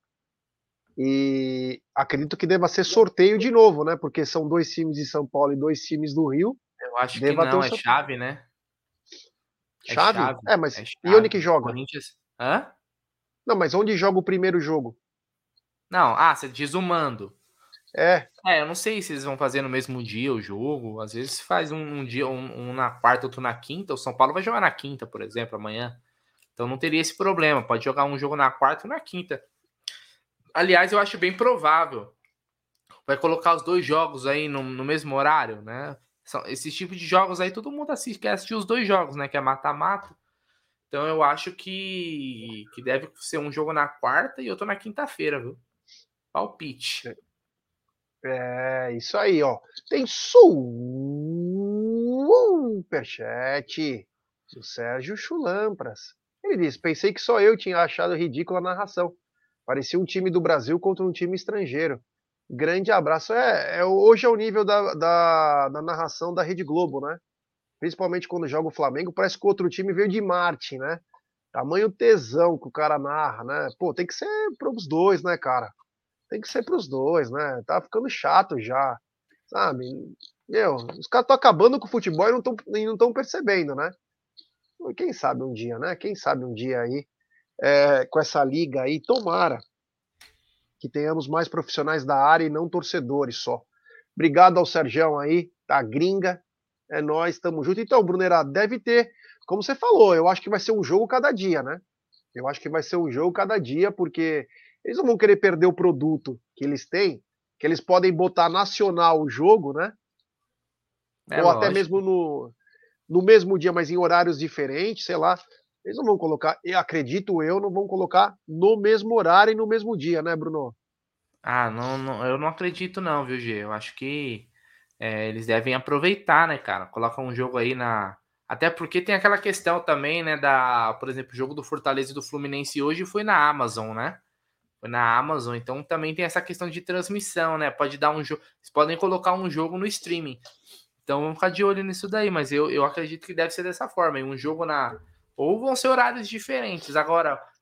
E acredito que deva ser sorteio de novo, né? Porque são dois times de São Paulo e dois times do Rio. Eu acho que Deva ter um não, é sorteio. chave, né? É Chave? chave, É, mas é e onde chave. que joga? Corinthians. Hã? Não, mas onde joga o primeiro jogo? Não, ah, você diz o mando. É, É, eu não sei se eles vão fazer no mesmo dia o jogo. Às vezes faz um, um dia, um, um na quarta, outro na quinta. O São Paulo vai jogar na quinta, por exemplo, amanhã. Então não teria esse problema. Pode jogar um jogo na quarta ou na quinta. Aliás, eu acho bem provável. Vai colocar os dois jogos aí no, no mesmo horário, né? São, esses tipos de jogos aí todo mundo assiste, quer assistir os dois jogos, né? Que é mata-mata. Então eu acho que, que deve ser um jogo na quarta e outro na quinta-feira, viu? Palpite. é isso aí, ó. Tem superchat do Sérgio Chulampras. Ele diz: pensei que só eu tinha achado ridícula a narração. Parecia um time do Brasil contra um time estrangeiro. Grande abraço. É, é hoje é o nível da, da, da narração da Rede Globo, né? Principalmente quando joga o Flamengo, parece que o outro time veio de Marte, né? Tamanho tesão que o cara narra, né? Pô, tem que ser para os dois, né, cara? Tem que ser para os dois, né? Tá ficando chato já, sabe? Meu, os caras estão acabando com o futebol e não estão não estão percebendo, né? Quem sabe um dia, né? Quem sabe um dia aí, é, com essa liga aí, tomara que tenhamos mais profissionais da área e não torcedores só. Obrigado ao Serjão aí, da gringa. É nós, tamo junto. Então, Brunerá, deve ter, como você falou, eu acho que vai ser um jogo cada dia, né? Eu acho que vai ser um jogo cada dia, porque eles não vão querer perder o produto que eles têm, que eles podem botar nacional o jogo, né? É Ou até mesmo lógico. no, no mesmo dia, mas em horários diferentes, sei lá. Eles não vão colocar, eu acredito eu, não vão colocar no mesmo horário e no mesmo dia, né, Bruno? Ah, não, não, eu não acredito não, viu, G? Eu acho que é, eles devem aproveitar, né, cara? Coloca um jogo aí na... Até porque tem aquela questão também, né, da... Por exemplo, o jogo do Fortaleza e do Fluminense hoje foi na Amazon, né? Foi na Amazon, então também tem essa questão de transmissão, né? Pode dar um jogo... Eles podem colocar um jogo no streaming. Então vamos ficar de olho nisso daí, mas eu, eu acredito que deve ser dessa forma. Um jogo na... Ou vão ser horários diferentes. Agora,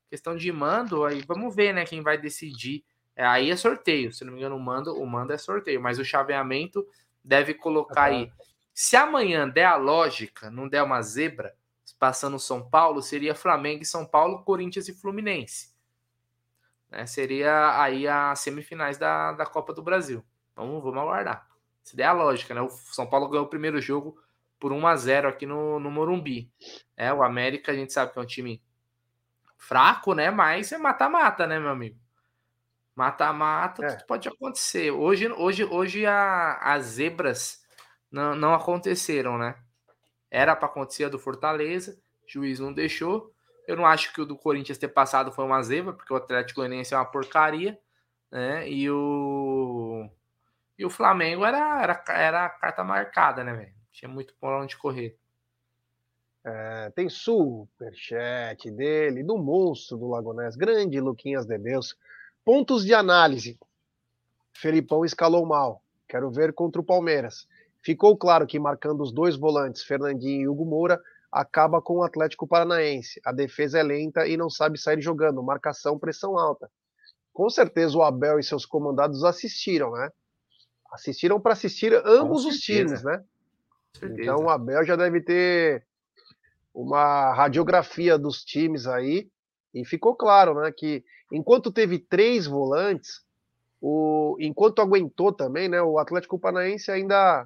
Questão de mando, aí vamos ver, né, quem vai decidir. É, aí é sorteio, se não me engano, o mando, o mando é sorteio, mas o chaveamento deve colocar Ah, tá. aí. Se amanhã der a lógica, não der uma zebra, passando São Paulo, seria Flamengo e São Paulo, Corinthians e Fluminense. Né? Seria aí as semifinais da, da Copa do Brasil. Vamos, vamos aguardar. Se der a lógica, né? O São Paulo ganhou o primeiro jogo por um a zero aqui no, no Morumbi. É, o América, a gente sabe que é um time fraco, né? Mas é mata-mata, né, meu amigo? Mata-mata, É. tudo pode acontecer. Hoje, hoje, hoje a, as zebras não, não aconteceram, né? Era para acontecer a do Fortaleza, o juiz não deixou. Eu não acho que o do Corinthians ter passado foi uma zebra, porque o Atlético Goianiense é uma porcaria, né? E o e o Flamengo era era, era a carta marcada, né, velho? Tinha muito por onde correr. É, tem superchat dele, do monstro do Lagonés, grande Luquinhas de Deus. Pontos de análise. Felipão escalou mal. Quero ver contra o Palmeiras. Ficou claro que marcando os dois volantes, Fernandinho e Hugo Moura, acaba com o Atlético Paranaense. A defesa é lenta e não sabe sair jogando. Marcação, pressão alta. Com certeza o Abel e seus comandados assistiram, né? Assistiram para assistir Com ambos os times, certeza, né? com Então o certeza. Abel já deve ter uma radiografia dos times aí e ficou claro, né, que enquanto teve três volantes, o, enquanto aguentou também, né, o Atlético Paranaense ainda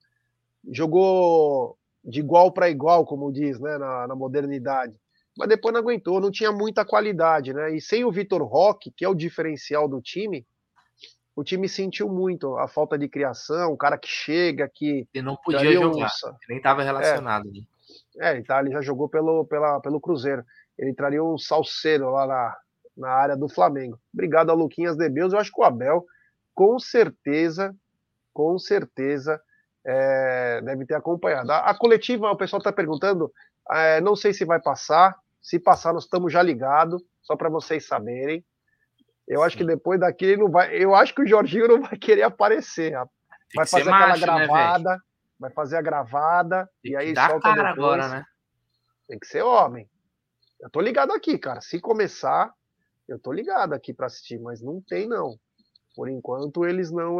jogou de igual para igual, como diz, né, na, na modernidade. Mas depois não aguentou, não tinha muita qualidade, né? E sem o Vitor Roque, que é o diferencial do time, o time sentiu muito a falta de criação, o cara que chega, que Ele não podia traria um. jogar, ele nem estava É, relacionado. Né? é, ele, tá, ele já jogou pelo, pela, pelo Cruzeiro. Ele traria um salseiro lá na, na área do Flamengo. Obrigado ao Luquinhas de Beus. Eu acho que o Abel, com certeza, com certeza, é, deve ter acompanhado. A, a coletiva, o pessoal está perguntando, é, não sei se vai passar. Se passar, nós estamos já ligados, só para vocês saberem. Eu Sim. acho que depois daqui ele não vai. Eu acho que o Jorginho não vai querer aparecer. Vai fazer aquela macho, gravada, né, vai fazer a gravada Tem e que aí dar solta cara depois. agora, né? Tem que ser homem. Eu tô ligado aqui, cara. Se começar, eu tô ligado aqui para assistir, mas não tem não. Por enquanto eles não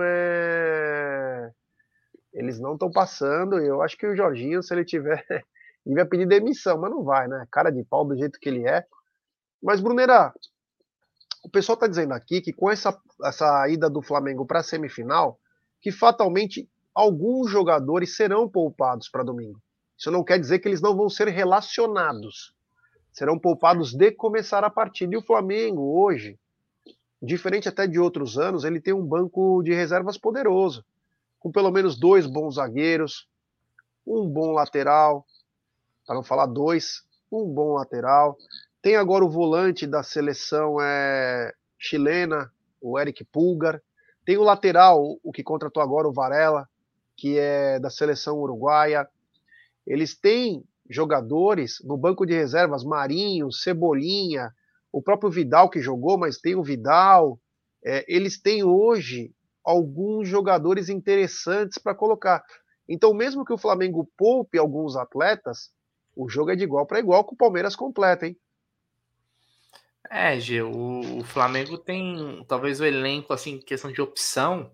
é, eles não estão passando. Eu acho que o Jorginho, se ele tiver, ele vai pedir demissão, mas não vai, né? Cara de pau do jeito que ele é. Mas Brunera, o pessoal tá dizendo aqui que com essa essa ida do Flamengo para a semifinal, que fatalmente alguns jogadores serão poupados para domingo. Isso não quer dizer que eles não vão ser relacionados. Serão poupados de começar a partida. E o Flamengo, hoje, diferente até de outros anos, ele tem um banco de reservas poderoso, com pelo menos dois bons zagueiros, um bom lateral, para não falar dois, um bom lateral. Tem agora o volante da seleção é, chilena, o Eric Pulgar. Tem o lateral, o que contratou agora, o Varela, que é da seleção uruguaia. Eles têm jogadores no banco de reservas, Marinho, Cebolinha, o próprio Vidal que jogou, mas tem o Vidal. É, eles têm hoje alguns jogadores interessantes para colocar. Então, mesmo que o Flamengo poupe alguns atletas, o jogo é de igual para igual com o Palmeiras completo, hein? É, G, o, o Flamengo tem talvez o elenco, assim, questão de opção,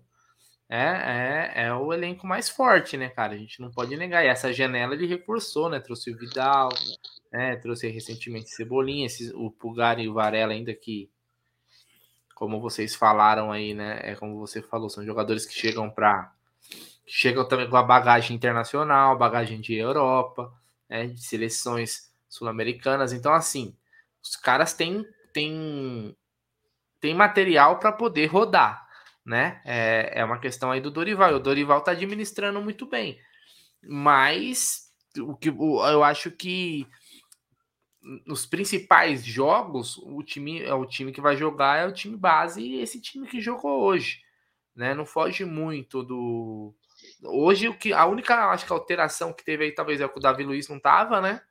é, é, é o elenco mais forte, né, cara? A gente não pode negar. E essa janela ele reforçou, né? Trouxe o Vidal, né? Trouxe recentemente Cebolinha, esses, o Pulgar e o Varela, ainda que, como vocês falaram aí, né? É como você falou, são jogadores que chegam para chegam também com a bagagem internacional, bagagem de Europa, né? De seleções sul-americanas. Então, assim, os caras têm, têm, têm material para poder rodar, né? É, é uma questão aí do Dorival. O Dorival tá administrando muito bem, mas o que eu acho que nos principais jogos o time é o time que vai jogar é o time base e esse time que jogou hoje, né? Não foge muito do hoje o que a única acho que alteração que teve aí talvez é que o Davi Luiz não tava, né?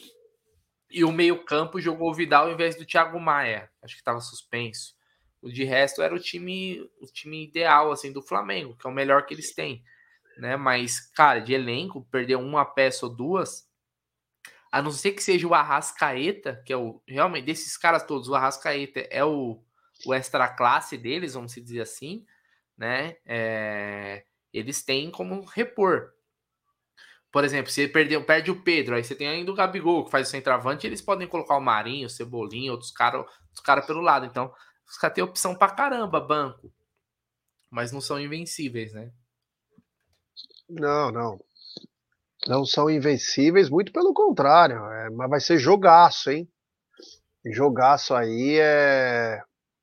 E o meio-campo jogou o Vidal ao invés do Thiago Maia. Acho que estava suspenso. O de resto era o time, o time ideal assim do Flamengo, que é o melhor que eles têm, né? Mas, cara, de elenco, perder uma peça ou duas, a não ser que seja o Arrascaeta, que é o realmente desses caras todos, o Arrascaeta é o, o extra classe deles, vamos dizer assim, né? É, eles têm como repor. Por exemplo, se perde, perde o Pedro, aí você tem ainda o Gabigol, que faz o centroavante, eles podem colocar o Marinho, o Cebolinha, outros caras outros cara pelo lado. Então, os caras têm opção pra caramba, banco. Mas não são invencíveis, né? Não, não. Não são invencíveis, muito pelo contrário. É, mas vai ser jogaço, hein? Jogaço aí é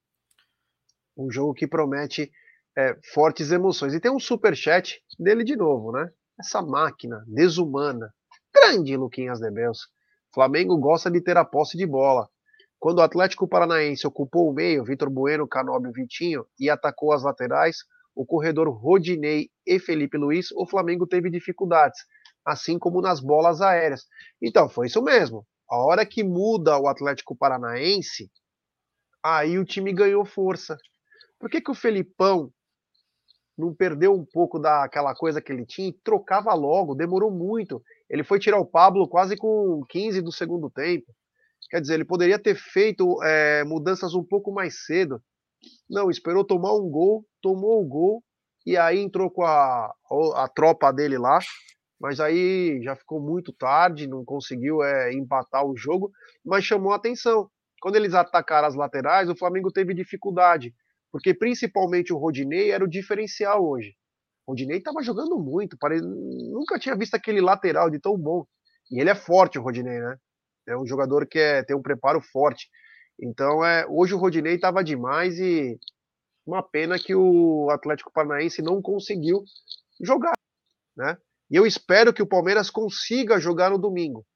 um jogo que promete é, fortes emoções. E tem um superchat dele de novo, né? Essa máquina desumana. Grande Luquinhas de Beus. Flamengo gosta de ter a posse de bola. Quando o Atlético Paranaense ocupou o meio, Vitor Bueno, Canóbio, Vitinho e atacou as laterais, o corredor Rodinei e Felipe Luiz, o Flamengo teve dificuldades, assim como nas bolas aéreas. Então, foi isso mesmo. A hora que muda o Atlético Paranaense, aí o time ganhou força. Por que, que o Felipão não perdeu um pouco daquela coisa que ele tinha e trocava logo? Demorou muito. Ele foi tirar o Pablo quase com quinze do segundo tempo. Quer dizer, ele poderia ter feito é, mudanças um pouco mais cedo. Não, esperou tomar um gol, tomou o gol, e aí entrou com a, a tropa dele lá, mas aí já ficou muito tarde, não conseguiu é, empatar o jogo, mas chamou a atenção. Quando eles atacaram as laterais, o Flamengo teve dificuldade, porque principalmente o Rodinei era o diferencial hoje. O Rodinei estava jogando muito, pare... nunca tinha visto aquele lateral de tão bom. E ele é forte, o Rodinei, né? É um jogador que é, tem um preparo forte. Então, é, hoje o Rodinei estava demais e uma pena que o Atlético Paranaense não conseguiu jogar, né? E eu espero que o Palmeiras consiga jogar no domingo.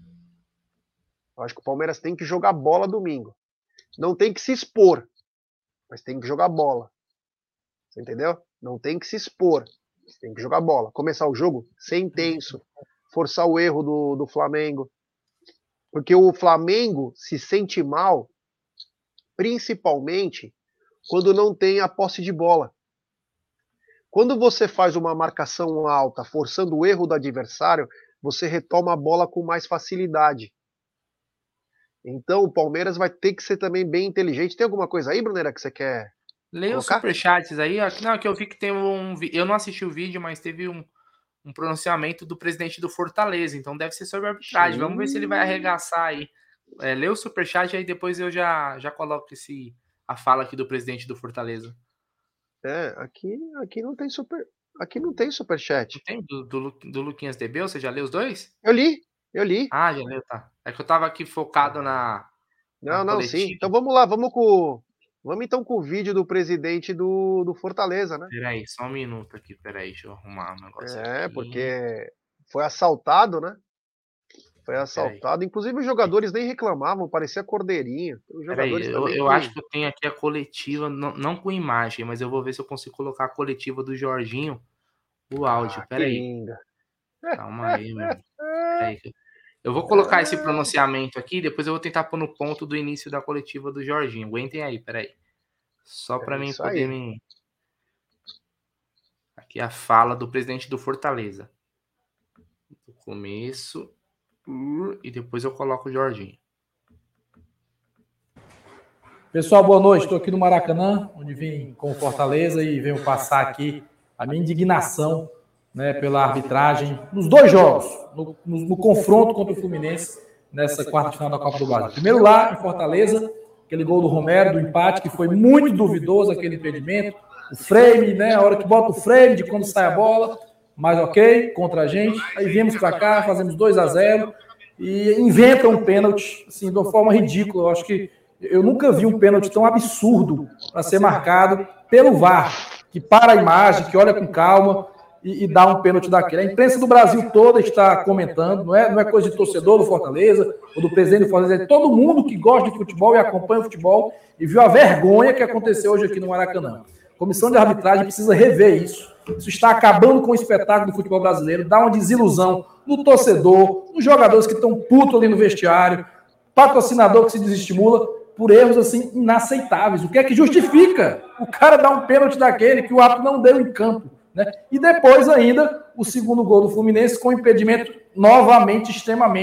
Eu acho que o Palmeiras tem que jogar bola domingo. Não tem que se expor, mas tem que jogar bola. Você entendeu? Não tem que se expor, tem que jogar bola. Começar o jogo ser intenso, forçar o erro do, do Flamengo. Porque o Flamengo se sente mal, principalmente quando não tem a posse de bola. Quando você faz uma marcação alta, forçando o erro do adversário, você retoma a bola com mais facilidade. Então o Palmeiras vai ter que ser também bem inteligente. Tem alguma coisa aí, Brunera, que você quer Leia os superchats aí. Não, que eu vi que tem um... Eu não assisti o vídeo, mas teve um, um pronunciamento do presidente do Fortaleza. Então deve ser sobre a arbitragem. Sim. Vamos ver se ele vai arregaçar aí. É, lê o superchat aí, depois eu já, já coloco esse, a fala aqui do presidente do Fortaleza. É, aqui, aqui não tem super, aqui não tem superchat. Tem do, do, do Luquinhas D B? Você já leu os dois? Eu li, eu li. Ah, já leu, tá. É que eu tava aqui focado na. Não, na não, coletiva. Sim. Então vamos lá, vamos com. Vamos então com o vídeo do presidente do, do Fortaleza, né? Peraí, só um minuto aqui, peraí, deixa eu arrumar um negócio É, aqui. porque foi assaltado, né? Foi assaltado. Peraí. Inclusive os jogadores nem reclamavam, parecia cordeirinho. Os jogadores Peraí, eu, eu que... acho que eu tenho aqui a coletiva, não, não com imagem, mas eu vou ver se eu consigo colocar a coletiva do Jorginho, o áudio. Ah, peraí. Que linda. Calma aí, mano. Peraí. Eu vou colocar esse pronunciamento aqui, depois eu vou tentar pôr no ponto do início da coletiva do Jorginho. Aguentem aí, peraí. Só para é mim poder aí. me... Aqui a fala do presidente do Fortaleza. Do começo. E depois eu coloco o Jorginho. Pessoal, boa noite. Estou aqui no Maracanã, onde vim com o Fortaleza e venho passar aqui a minha indignação, né, pela arbitragem nos dois jogos, no, no, no confronto contra o Fluminense nessa quarta de final da Copa do Brasil. Primeiro lá em Fortaleza, aquele gol do Romero, do empate, que foi muito duvidoso, aquele impedimento, o frame, né, a hora que bota o frame de quando sai a bola, mas ok, contra a gente. Aí viemos para cá, fazemos dois a zero e inventa um pênalti, assim, de uma forma ridícula. Eu acho que eu nunca vi um pênalti tão absurdo para ser marcado pelo V A R, que para a imagem, que olha com calma e, e dá um pênalti daquele. A imprensa do Brasil toda está comentando, não é, não é coisa de torcedor do Fortaleza ou do presidente do Fortaleza, é todo mundo que gosta de futebol e acompanha o futebol e viu a vergonha que aconteceu hoje aqui no Maracanã. A comissão de arbitragem precisa rever isso. Isso está acabando com o espetáculo do futebol brasileiro, dá uma desilusão no torcedor, nos jogadores que estão putos ali no vestiário, patrocinador que se desestimula por erros assim inaceitáveis. O que é que justifica o cara dar um pênalti daquele que o árbitro não deu em campo, né? E depois ainda o segundo gol do Fluminense com impedimento novamente extremamente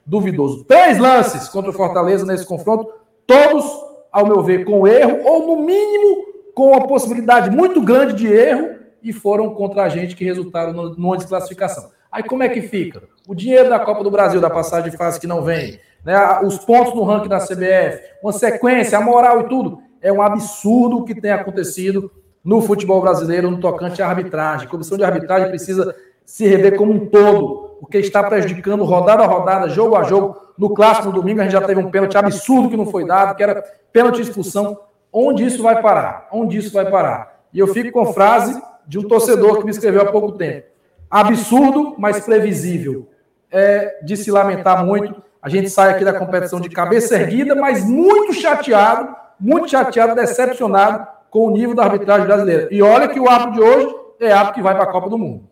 duvidoso. Três lances contra o Fortaleza nesse confronto, todos, ao meu ver, com erro, ou no mínimo com uma possibilidade muito grande de erro, e foram contra a gente que resultaram numa desclassificação. Aí como é que fica? O dinheiro da Copa do Brasil, da passagem de fase que não vem, né, os pontos no ranking da C B F, uma sequência, a moral e tudo. É um absurdo o que tem acontecido no futebol brasileiro no tocante à arbitragem. A comissão de arbitragem precisa se rever como um todo, porque está prejudicando rodada a rodada, jogo a jogo. No clássico, no domingo, a gente já teve um pênalti absurdo que não foi dado, que era pênalti de expulsão. Onde isso vai parar? Onde isso vai parar? E eu fico com a frase de um torcedor que me escreveu há pouco tempo. Absurdo, mas previsível. É de se lamentar muito. A gente sai aqui da competição de cabeça erguida, mas muito chateado, muito chateado, decepcionado com o nível da arbitragem brasileira. E olha que o árbitro de hoje é árbitro que vai para a Copa do Mundo.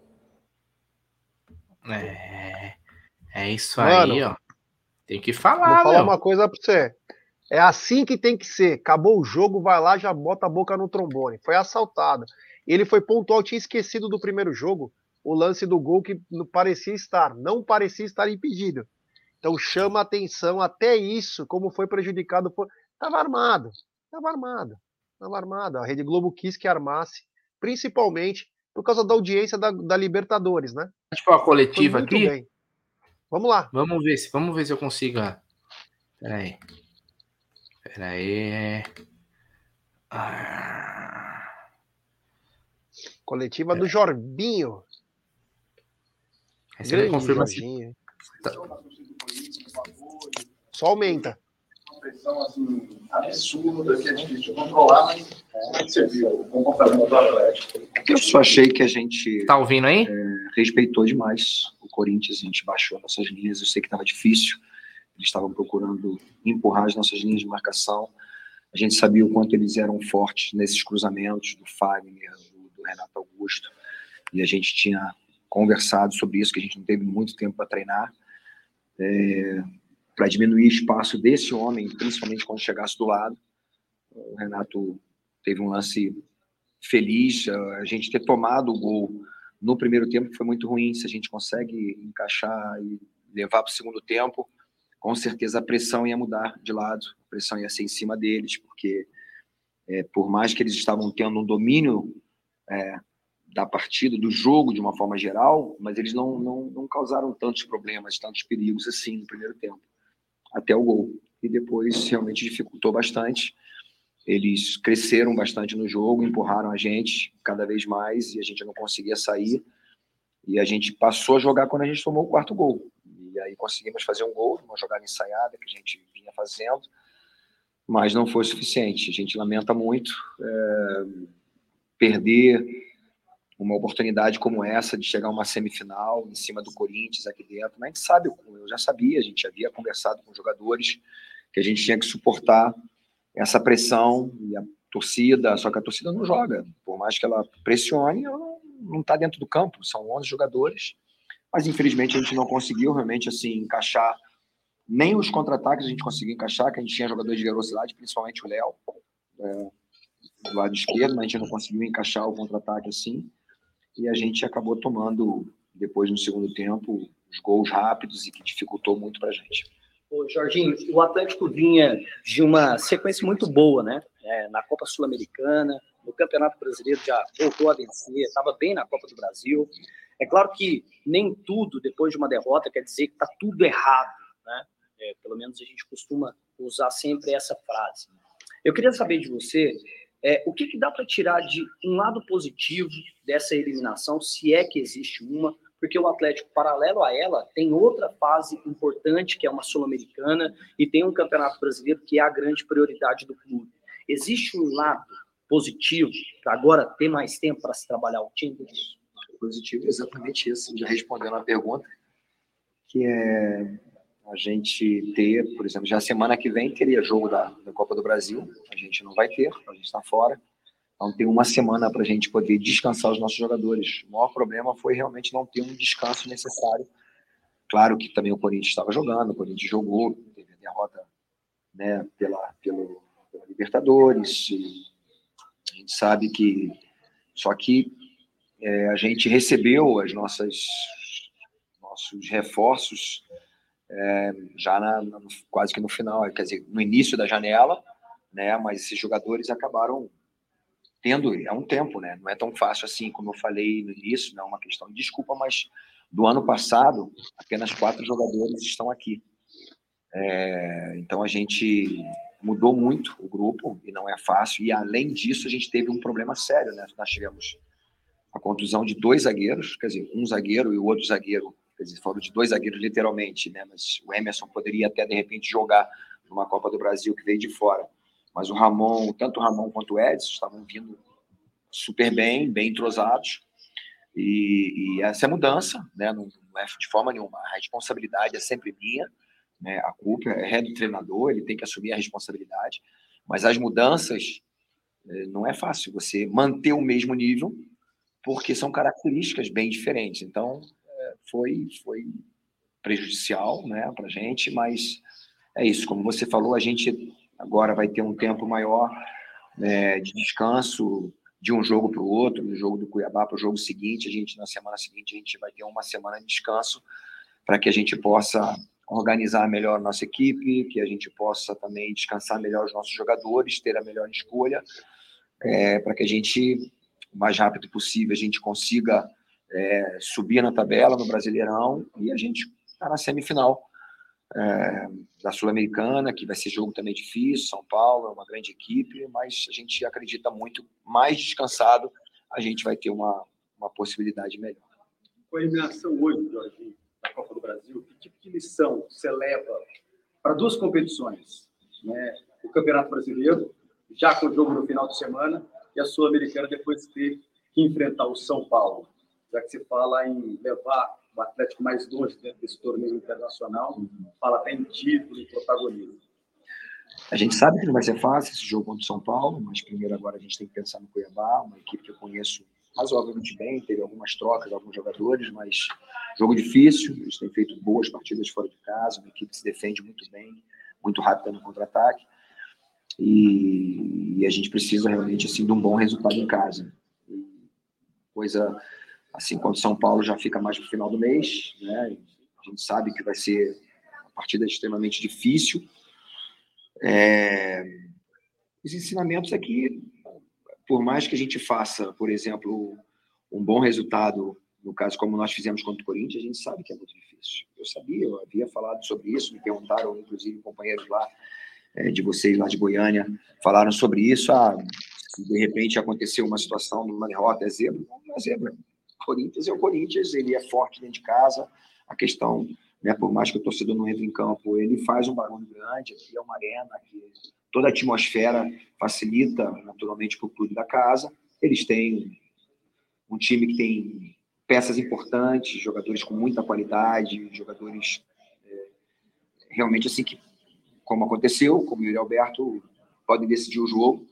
É, é isso Mano, aí, ó. Tem que falar, vou falar meu. uma coisa pra você. É assim que tem que ser. Acabou o jogo, vai lá, já bota a boca no trombone. Foi assaltado. Ele foi pontual, tinha esquecido do primeiro jogo o lance do gol que não parecia estar, não parecia estar impedido. Então chama atenção até isso, como foi prejudicado. Por... Tava armado, tava armado, tava armado. A Rede Globo quis que armasse, principalmente por causa da audiência da, da Libertadores, né? Tipo a coletiva Foi muito aqui. bem. Vamos lá. Vamos ver se, vamos ver se eu consigo. Pera aí. Pera aí. Ah. Coletiva do Jorbinho. Aí você me Grande confirma se... Jorginho. Só aumenta. Uma pressão assim, absurda, que é difícil de controlar, mas é, você viu o comportamento do Atlético. Eu só achei que a gente Tá ouvindo aí? É, respeitou demais o Corinthians, a gente baixou nossas linhas, eu sei que estava difícil, eles estavam procurando empurrar as nossas linhas de marcação, a gente sabia o quanto eles eram fortes nesses cruzamentos do Fagner, do, do Renato Augusto, e a gente tinha conversado sobre isso, que a gente não teve muito tempo para treinar, é, para diminuir espaço desse homem, principalmente quando chegasse do lado. O Renato teve um lance feliz, a gente ter tomado o gol no primeiro tempo foi muito ruim. Se a gente consegue encaixar e levar para o segundo tempo, com certeza a pressão ia mudar de lado, a pressão ia ser em cima deles, porque é, por mais que eles estavam tendo um domínio é, da partida, do jogo de uma forma geral, mas eles não, não, não causaram tantos problemas, tantos perigos assim no primeiro tempo, até o gol. E depois realmente dificultou bastante. Eles cresceram bastante no jogo, empurraram a gente cada vez mais e a gente não conseguia sair. E a gente passou a jogar quando a gente tomou o quarto gol. E aí conseguimos fazer um gol, uma jogada ensaiada que a gente vinha fazendo, mas não foi suficiente. A gente lamenta muito é, perder uma oportunidade como essa de chegar a uma semifinal em cima do Corinthians aqui dentro. Mas a gente sabe, eu já sabia, a gente havia conversado com os jogadores que a gente tinha que suportar essa pressão e a torcida, só que a torcida não joga, por mais que ela pressione, ela não está dentro do campo, são onze jogadores, mas infelizmente a gente não conseguiu realmente assim encaixar nem os contra-ataques, a gente conseguiu encaixar, que a gente tinha jogadores de velocidade, principalmente o Léo, é, do lado esquerdo, mas a gente não conseguiu encaixar o contra-ataque assim, e a gente acabou tomando, depois no segundo tempo, os gols rápidos e que dificultou muito para a gente. Ô, Jorginho, o Atlético vinha de uma sequência muito boa, né? É, na Copa Sul-Americana, no Campeonato Brasileiro já voltou a vencer, estava bem na Copa do Brasil. É claro que nem tudo, depois de uma derrota, quer dizer que está tudo errado, né? É, pelo menos a gente costuma usar sempre essa frase. Eu queria saber de você, é, o que, que dá para tirar de um lado positivo dessa eliminação, se é que existe uma, porque o Atlético, paralelo a ela, tem outra fase importante, que é uma Sul-Americana, e tem um Campeonato Brasileiro, que é a grande prioridade do clube. Existe um lado positivo para agora ter mais tempo para se trabalhar o time? Positivo é exatamente isso, já respondendo a pergunta, que é a gente ter, por exemplo, já a semana que vem teria jogo da, da Copa do Brasil, a gente não vai ter, a gente está fora. Então, tem uma semana para a gente poder descansar os nossos jogadores. O maior problema foi realmente não ter um descanso necessário. Claro que também o Corinthians estava jogando, o Corinthians jogou, teve a derrota, né, pela, pelo, pela Libertadores. E a gente sabe que... Só que é, a gente recebeu as nossas nossos reforços é, já na, na, quase que no final, quer dizer, no início da janela, né? Mas esses jogadores acabaram tendo, é um tempo, né? Não é tão fácil assim, como eu falei no início, não é uma questão de desculpa, mas do ano passado, apenas quatro jogadores estão aqui. É, então a gente mudou muito o grupo e não é fácil, e além disso a gente teve um problema sério, né? Nós tivemos a contusão de dois zagueiros, quer dizer, um zagueiro e o outro zagueiro, quer dizer, foram de dois zagueiros literalmente, né? Mas o Emerson poderia até de repente jogar numa Copa do Brasil que veio de fora, mas o Ramon, tanto o Ramon quanto o Edson estavam vindo super bem, bem entrosados, e, e essa é a mudança, né? Não, não é de forma nenhuma, a responsabilidade é sempre minha, né? A culpa é do treinador, ele tem que assumir a responsabilidade, mas as mudanças não é fácil você manter o mesmo nível, porque são características bem diferentes. Então foi, foi prejudicial, né, para a gente, mas é isso, como você falou, a gente agora vai ter um tempo maior, né, de descanso de um jogo para o outro, do jogo do Cuiabá para o jogo seguinte, a gente na semana seguinte a gente vai ter uma semana de descanso para que a gente possa organizar melhor a nossa equipe, que a gente possa também descansar melhor os nossos jogadores, ter a melhor escolha, é, para que a gente, o mais rápido possível, a gente consiga é, subir na tabela, no Brasileirão, e a gente está na semifinal é, da Sul-Americana, que vai ser jogo também difícil, São Paulo é uma grande equipe, mas a gente acredita muito, mais descansado, a gente vai ter uma, uma possibilidade melhor. Com a eliminação hoje, Jorginho, da Copa do Brasil, que tipo de lição você leva para duas competições, né? O Campeonato Brasileiro, já com o jogo no final de semana, e a Sul-Americana depois de ter que enfrentar o São Paulo, já que você fala em levar o Atlético mais longe dentro desse torneio internacional, fala até em título e protagonismo. A gente sabe que não vai ser fácil esse jogo contra o São Paulo, mas primeiro agora a gente tem que pensar no Cuiabá, uma equipe que eu conheço razoavelmente bem, teve algumas trocas, alguns jogadores, mas jogo difícil, eles têm feito boas partidas fora de casa, uma equipe que se defende muito bem, muito rápida no contra-ataque, e, e a gente precisa realmente assim, de um bom resultado em casa. E coisa assim, quando São Paulo já fica mais para o final do mês, né? A gente sabe que vai ser uma partida extremamente difícil. É... Os ensinamentos aqui, por mais que a gente faça, por exemplo, um bom resultado, no caso como nós fizemos contra o Corinthians, a gente sabe que é muito difícil. Eu sabia, eu havia falado sobre isso, me perguntaram, inclusive, companheiros lá, é, de vocês lá de Goiânia, falaram sobre isso. Ah, se de repente aconteceu uma situação numa derrota, é zebra? Não é zebra. O Corinthians é o Corinthians, ele é forte dentro de casa, a questão, né, por mais que o torcedor não entre em campo, ele faz um barulho grande, aqui é uma arena, aqui toda a atmosfera facilita naturalmente para o clube da casa. Eles têm um time que tem peças importantes, jogadores com muita qualidade, jogadores é, realmente assim que, como aconteceu, como o Yuri Alberto, podem decidir o jogo.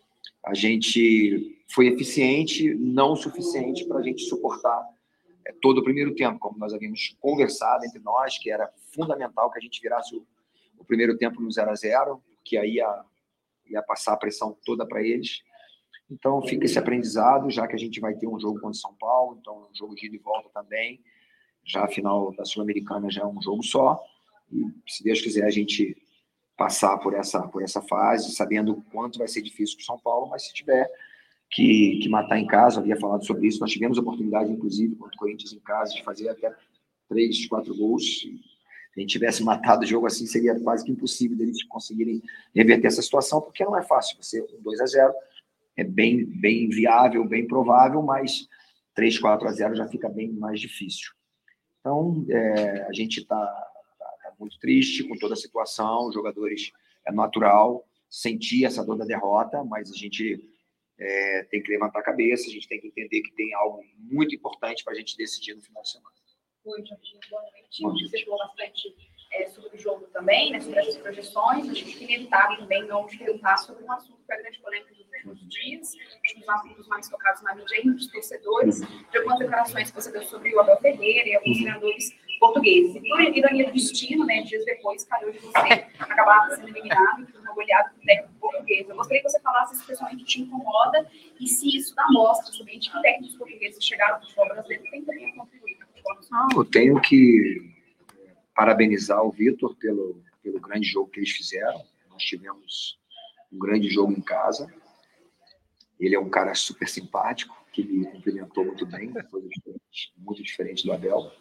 A gente foi eficiente, não o suficiente para a gente suportar é, todo o primeiro tempo, como nós havíamos conversado entre nós, que era fundamental que a gente virasse o, o primeiro tempo no zero a zero, que aí ia, ia passar a pressão toda para eles. Então fica esse aprendizado, já que a gente vai ter um jogo contra São Paulo, então um jogo de ida e volta também, já a final da Sul-Americana já é um jogo só, e se Deus quiser a gente passar por essa, por essa fase, sabendo o quanto vai ser difícil para o São Paulo, mas se tiver que, que matar em casa, eu havia falado sobre isso, nós tivemos a oportunidade, inclusive, contra o Corinthians em casa, de fazer até três, quatro gols. Se a gente tivesse matado o jogo assim, seria quase que impossível deles conseguirem reverter essa situação, porque não é fácil. Você, um dois a zero, é bem, bem viável, bem provável, mas três, quatro a zero já fica bem mais difícil. Então, é, a gente está tá, tá muito triste com toda a situação, os jogadores, é natural sentir essa dor da derrota, mas a gente é, tem que levantar a cabeça, a gente tem que entender que tem algo muito importante para a gente decidir no final de semana. Oi, Jorginho, boa noite. Bom, você falou bastante é, sobre o jogo também, né, sobre as projeções. Acho que é inevitável também não te perguntar sobre um assunto que foi grande polêmica dos últimos dias, um dos assuntos mais tocados na mídia e dos torcedores, de algumas declarações que você deu sobre o Abel Ferreira e alguns treinadores portugueses. E por ironia do destino, né, dias depois, calhou de você acabar sendo eliminado por uma goleada do técnico português. Eu gostaria que você falasse se pessoalmente te incomoda e se isso dá mostra também de que técnicos portugueses chegaram ao futebol brasileiro e tem também a contribuir. Não, eu tenho que parabenizar o Vitor pelo, pelo grande jogo que eles fizeram. Nós tivemos um grande jogo em casa. Ele é um cara super simpático, que me cumprimentou muito bem, foi diferente, muito diferente do Abel.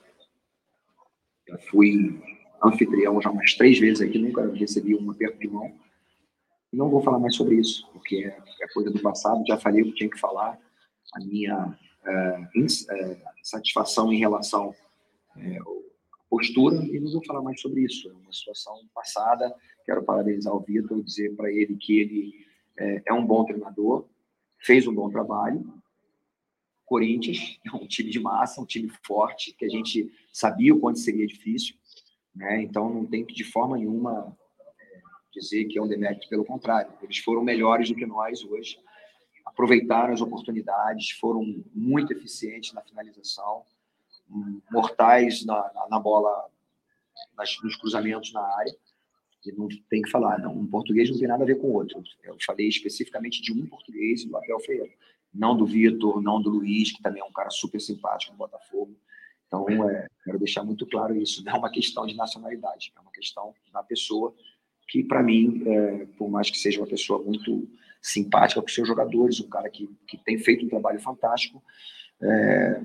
Eu fui anfitrião já umas três vezes aqui, nunca recebi um aperto de mão. Não vou falar mais sobre isso, porque é, é coisa do passado, já falei o que tinha que falar. A minha é, ins, é, satisfação em relação é, à postura, e não vou falar mais sobre isso. É uma situação passada. Quero parabenizar o Vitor, dizer para ele que ele é, é um bom treinador, fez um bom trabalho. Corinthians é um time de massa, um time forte, que a gente sabia o quanto seria difícil, né? Então não tem que de forma nenhuma é, dizer que é um demérito, pelo contrário, eles foram melhores do que nós hoje, aproveitaram as oportunidades, foram muito eficientes na finalização, mortais na, na, na bola, nas, nos cruzamentos na área, e não tem que falar, não, um português não tem nada a ver com o outro. Eu falei especificamente de um português, do Abel Ferreira, não do Vitor, não do Luiz, que também é um cara super simpático no Botafogo. Então, é, quero deixar muito claro isso. Não é uma questão de nacionalidade, é uma questão da pessoa que, para mim, é, por mais que seja uma pessoa muito simpática com os seus jogadores, um cara que, que tem feito um trabalho fantástico, é,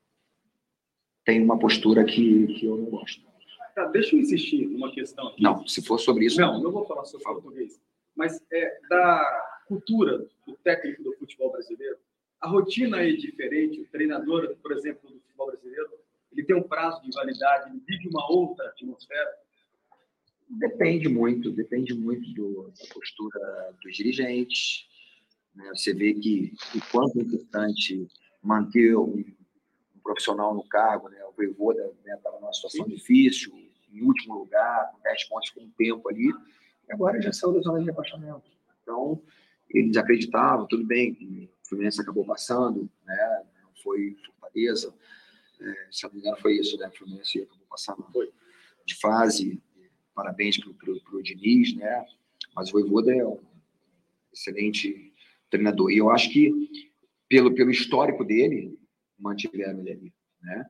tem uma postura que, que eu não gosto. Tá, deixa eu insistir numa questão aqui. Não, se for sobre isso... Não, não vou falar sobre português. Mas é, da cultura do técnico do futebol brasileiro, a rotina é diferente. O treinador, por exemplo, do futebol brasileiro, ele tem um prazo de validade, ele vive uma outra atmosfera? Depende muito, depende muito do, da postura dos dirigentes. Né? Você vê que o quanto é importante manter um, um profissional no cargo, né? O Vojvoda estava né, numa situação Sim. difícil, em último lugar, com dez pontos com um tempo ali, e agora já saiu da zona de rebaixamento. Então, eles acreditavam, tudo bem, o Fluminense acabou passando, né? Não foi Fortaleza, é, se não me engano foi isso, né? O Fluminense acabou passando foi, de fase, parabéns para o Diniz, né? Mas o Vojvoda é um excelente treinador, e eu acho que, pelo, pelo histórico dele, mantiveram ele ali, né?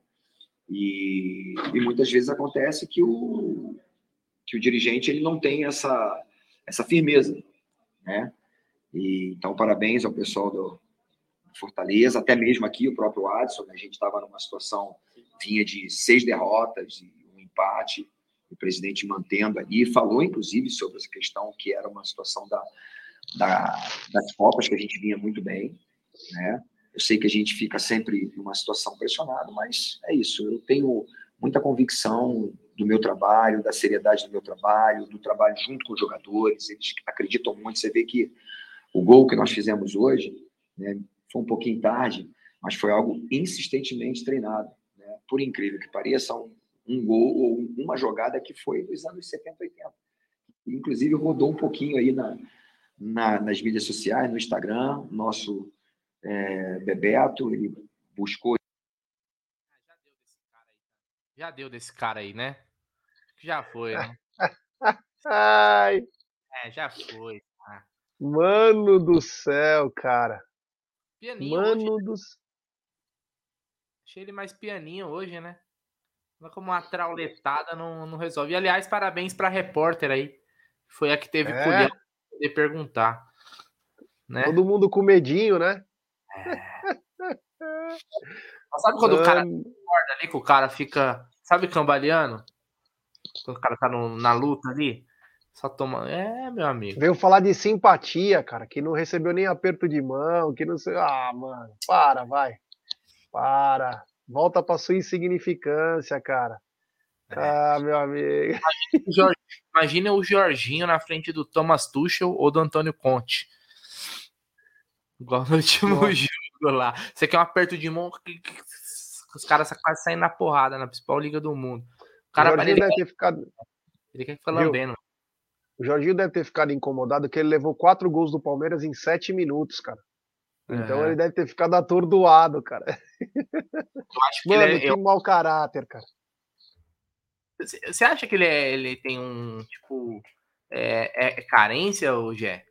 E, e muitas vezes acontece que o, que o dirigente ele não tem essa, essa firmeza, né? E, então, parabéns ao pessoal do Fortaleza, até mesmo aqui o próprio Adson, né? A gente estava numa situação, vinha de seis derrotas e um empate, o presidente mantendo ali, falou inclusive sobre essa questão que era uma situação da, da, das Copas, que a gente vinha muito bem, né? Eu sei que a gente fica sempre numa situação pressionada, mas é isso. Eu tenho muita convicção do meu trabalho, da seriedade do meu trabalho, do trabalho junto com os jogadores. Eles acreditam muito. Você vê que o gol que nós fizemos hoje, né, foi um pouquinho tarde, mas foi algo insistentemente treinado. Né? Por incrível que pareça, um, um gol ou uma jogada que foi dos anos setenta, oitenta. Inclusive, rodou um pouquinho aí na, na, nas mídias sociais, no Instagram, nosso... É, Bebeto, ele buscou. Já deu desse cara aí, né? Já foi, né? Ai. É, já foi. Ah. Mano do céu, cara. Pianinho Mano hoje, do achei ele mais pianinho hoje, né? Como uma trauletada não, não resolve. E, aliás, parabéns pra repórter aí. Foi a que teve é. culhão pra poder perguntar. Né? Todo mundo com medinho, né? É. Mas sabe quando Mano. o cara acorda ali, que o cara fica, sabe, cambaleando? Quando o cara tá no, na luta ali, só toma... É, meu amigo. Veio falar de simpatia, cara, que não recebeu nem aperto de mão, que não sei... Ah, mano, para, vai. Para. Volta pra sua insignificância, cara. É. Ah, meu amigo. Imagina o, Imagina o Jorginho na frente do Thomas Tuchel ou do Antônio Conte. Igual no último Nossa. jogo lá. Você quer um aperto de mão que, que, que os caras quase saem na porrada na principal liga do mundo. O cara o Jorginho ele deve quer, ter ficado. Ele quer ficar lambendo. O Jorginho deve ter ficado incomodado porque ele levou quatro gols do Palmeiras em sete minutos, cara. Então é. ele deve ter ficado atordoado, cara. Eu acho que Mano, ele é, que eu... mau caráter, cara. Você acha que ele, é, ele tem um, tipo, é, é carência, ou Gé?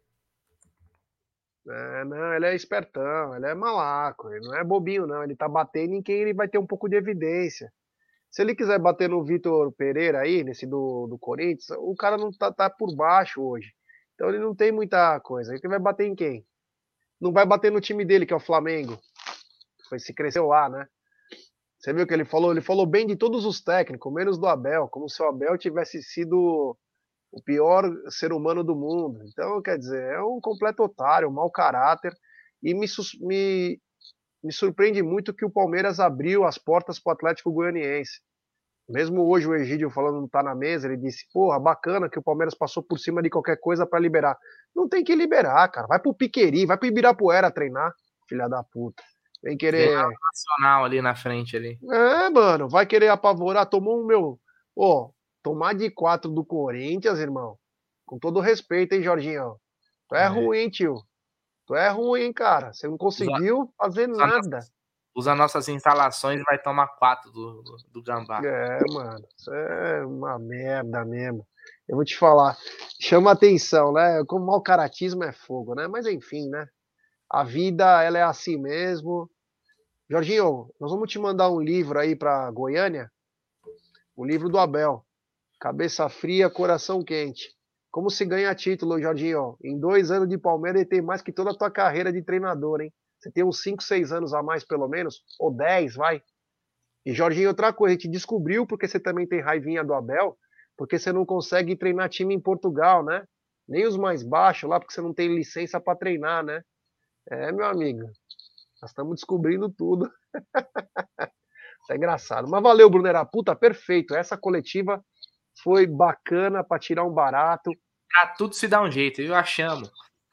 É, não, ele é espertão, ele é malaco, ele não é bobinho, não. Ele tá batendo em quem ele vai ter um pouco de evidência. Se ele quiser bater no Vitor Pereira aí, nesse do, do Corinthians, o cara não tá, tá por baixo hoje. Então ele não tem muita coisa. Ele vai bater em quem? Não vai bater no time dele, que é o Flamengo. Foi se cresceu lá, né? Você viu o que ele falou? Ele falou bem de todos os técnicos, menos do Abel, como se o Abel tivesse sido o pior ser humano do mundo. Então, quer dizer, é um completo otário, um mau caráter. E me, me, me surpreende muito que o Palmeiras abriu as portas para o Atlético Goianiense. Mesmo hoje o Egídio falando não tá na mesa, ele disse, porra, bacana que o Palmeiras passou por cima de qualquer coisa para liberar. Não tem que liberar, cara. Vai pro Piqueri, vai pro Ibirapuera treinar, filha da puta. Vem querer... Tem um nacional ali na frente ali. É, mano, vai querer apavorar, tomou o meu... Ó, tomar de quatro do Corinthians, irmão. Com todo respeito, hein, Jorginho? Tu é, é. ruim, tio. Tu é ruim, cara. Você não conseguiu usa, fazer usa nada. Nossas, usa nossas instalações e vai tomar quatro do, do, do Gambá. É, mano. Isso é uma merda mesmo. Eu vou te falar. Chama atenção, né? Como mau caratismo é fogo, né? Mas enfim, né? A vida, ela é assim mesmo. Jorginho, nós vamos te mandar um livro aí pra Goiânia. O livro do Abel. Cabeça fria, coração quente. Como se ganha título, Jorginho? Em dois anos de Palmeiras, ele tem mais que toda a tua carreira de treinador, hein? Você tem uns cinco, seis anos a mais, pelo menos. Ou dez, vai. E, Jorginho, outra coisa, a gente descobriu, porque você também tem raivinha do Abel, porque você não consegue treinar time em Portugal, né? Nem os mais baixos lá, porque você não tem licença para treinar, né? É, meu amigo. Nós estamos descobrindo tudo. Isso é engraçado. Mas valeu, Brunera. Puta, perfeito. Essa coletiva foi bacana para tirar um barato. Pra tudo se dá um jeito, eu achamos.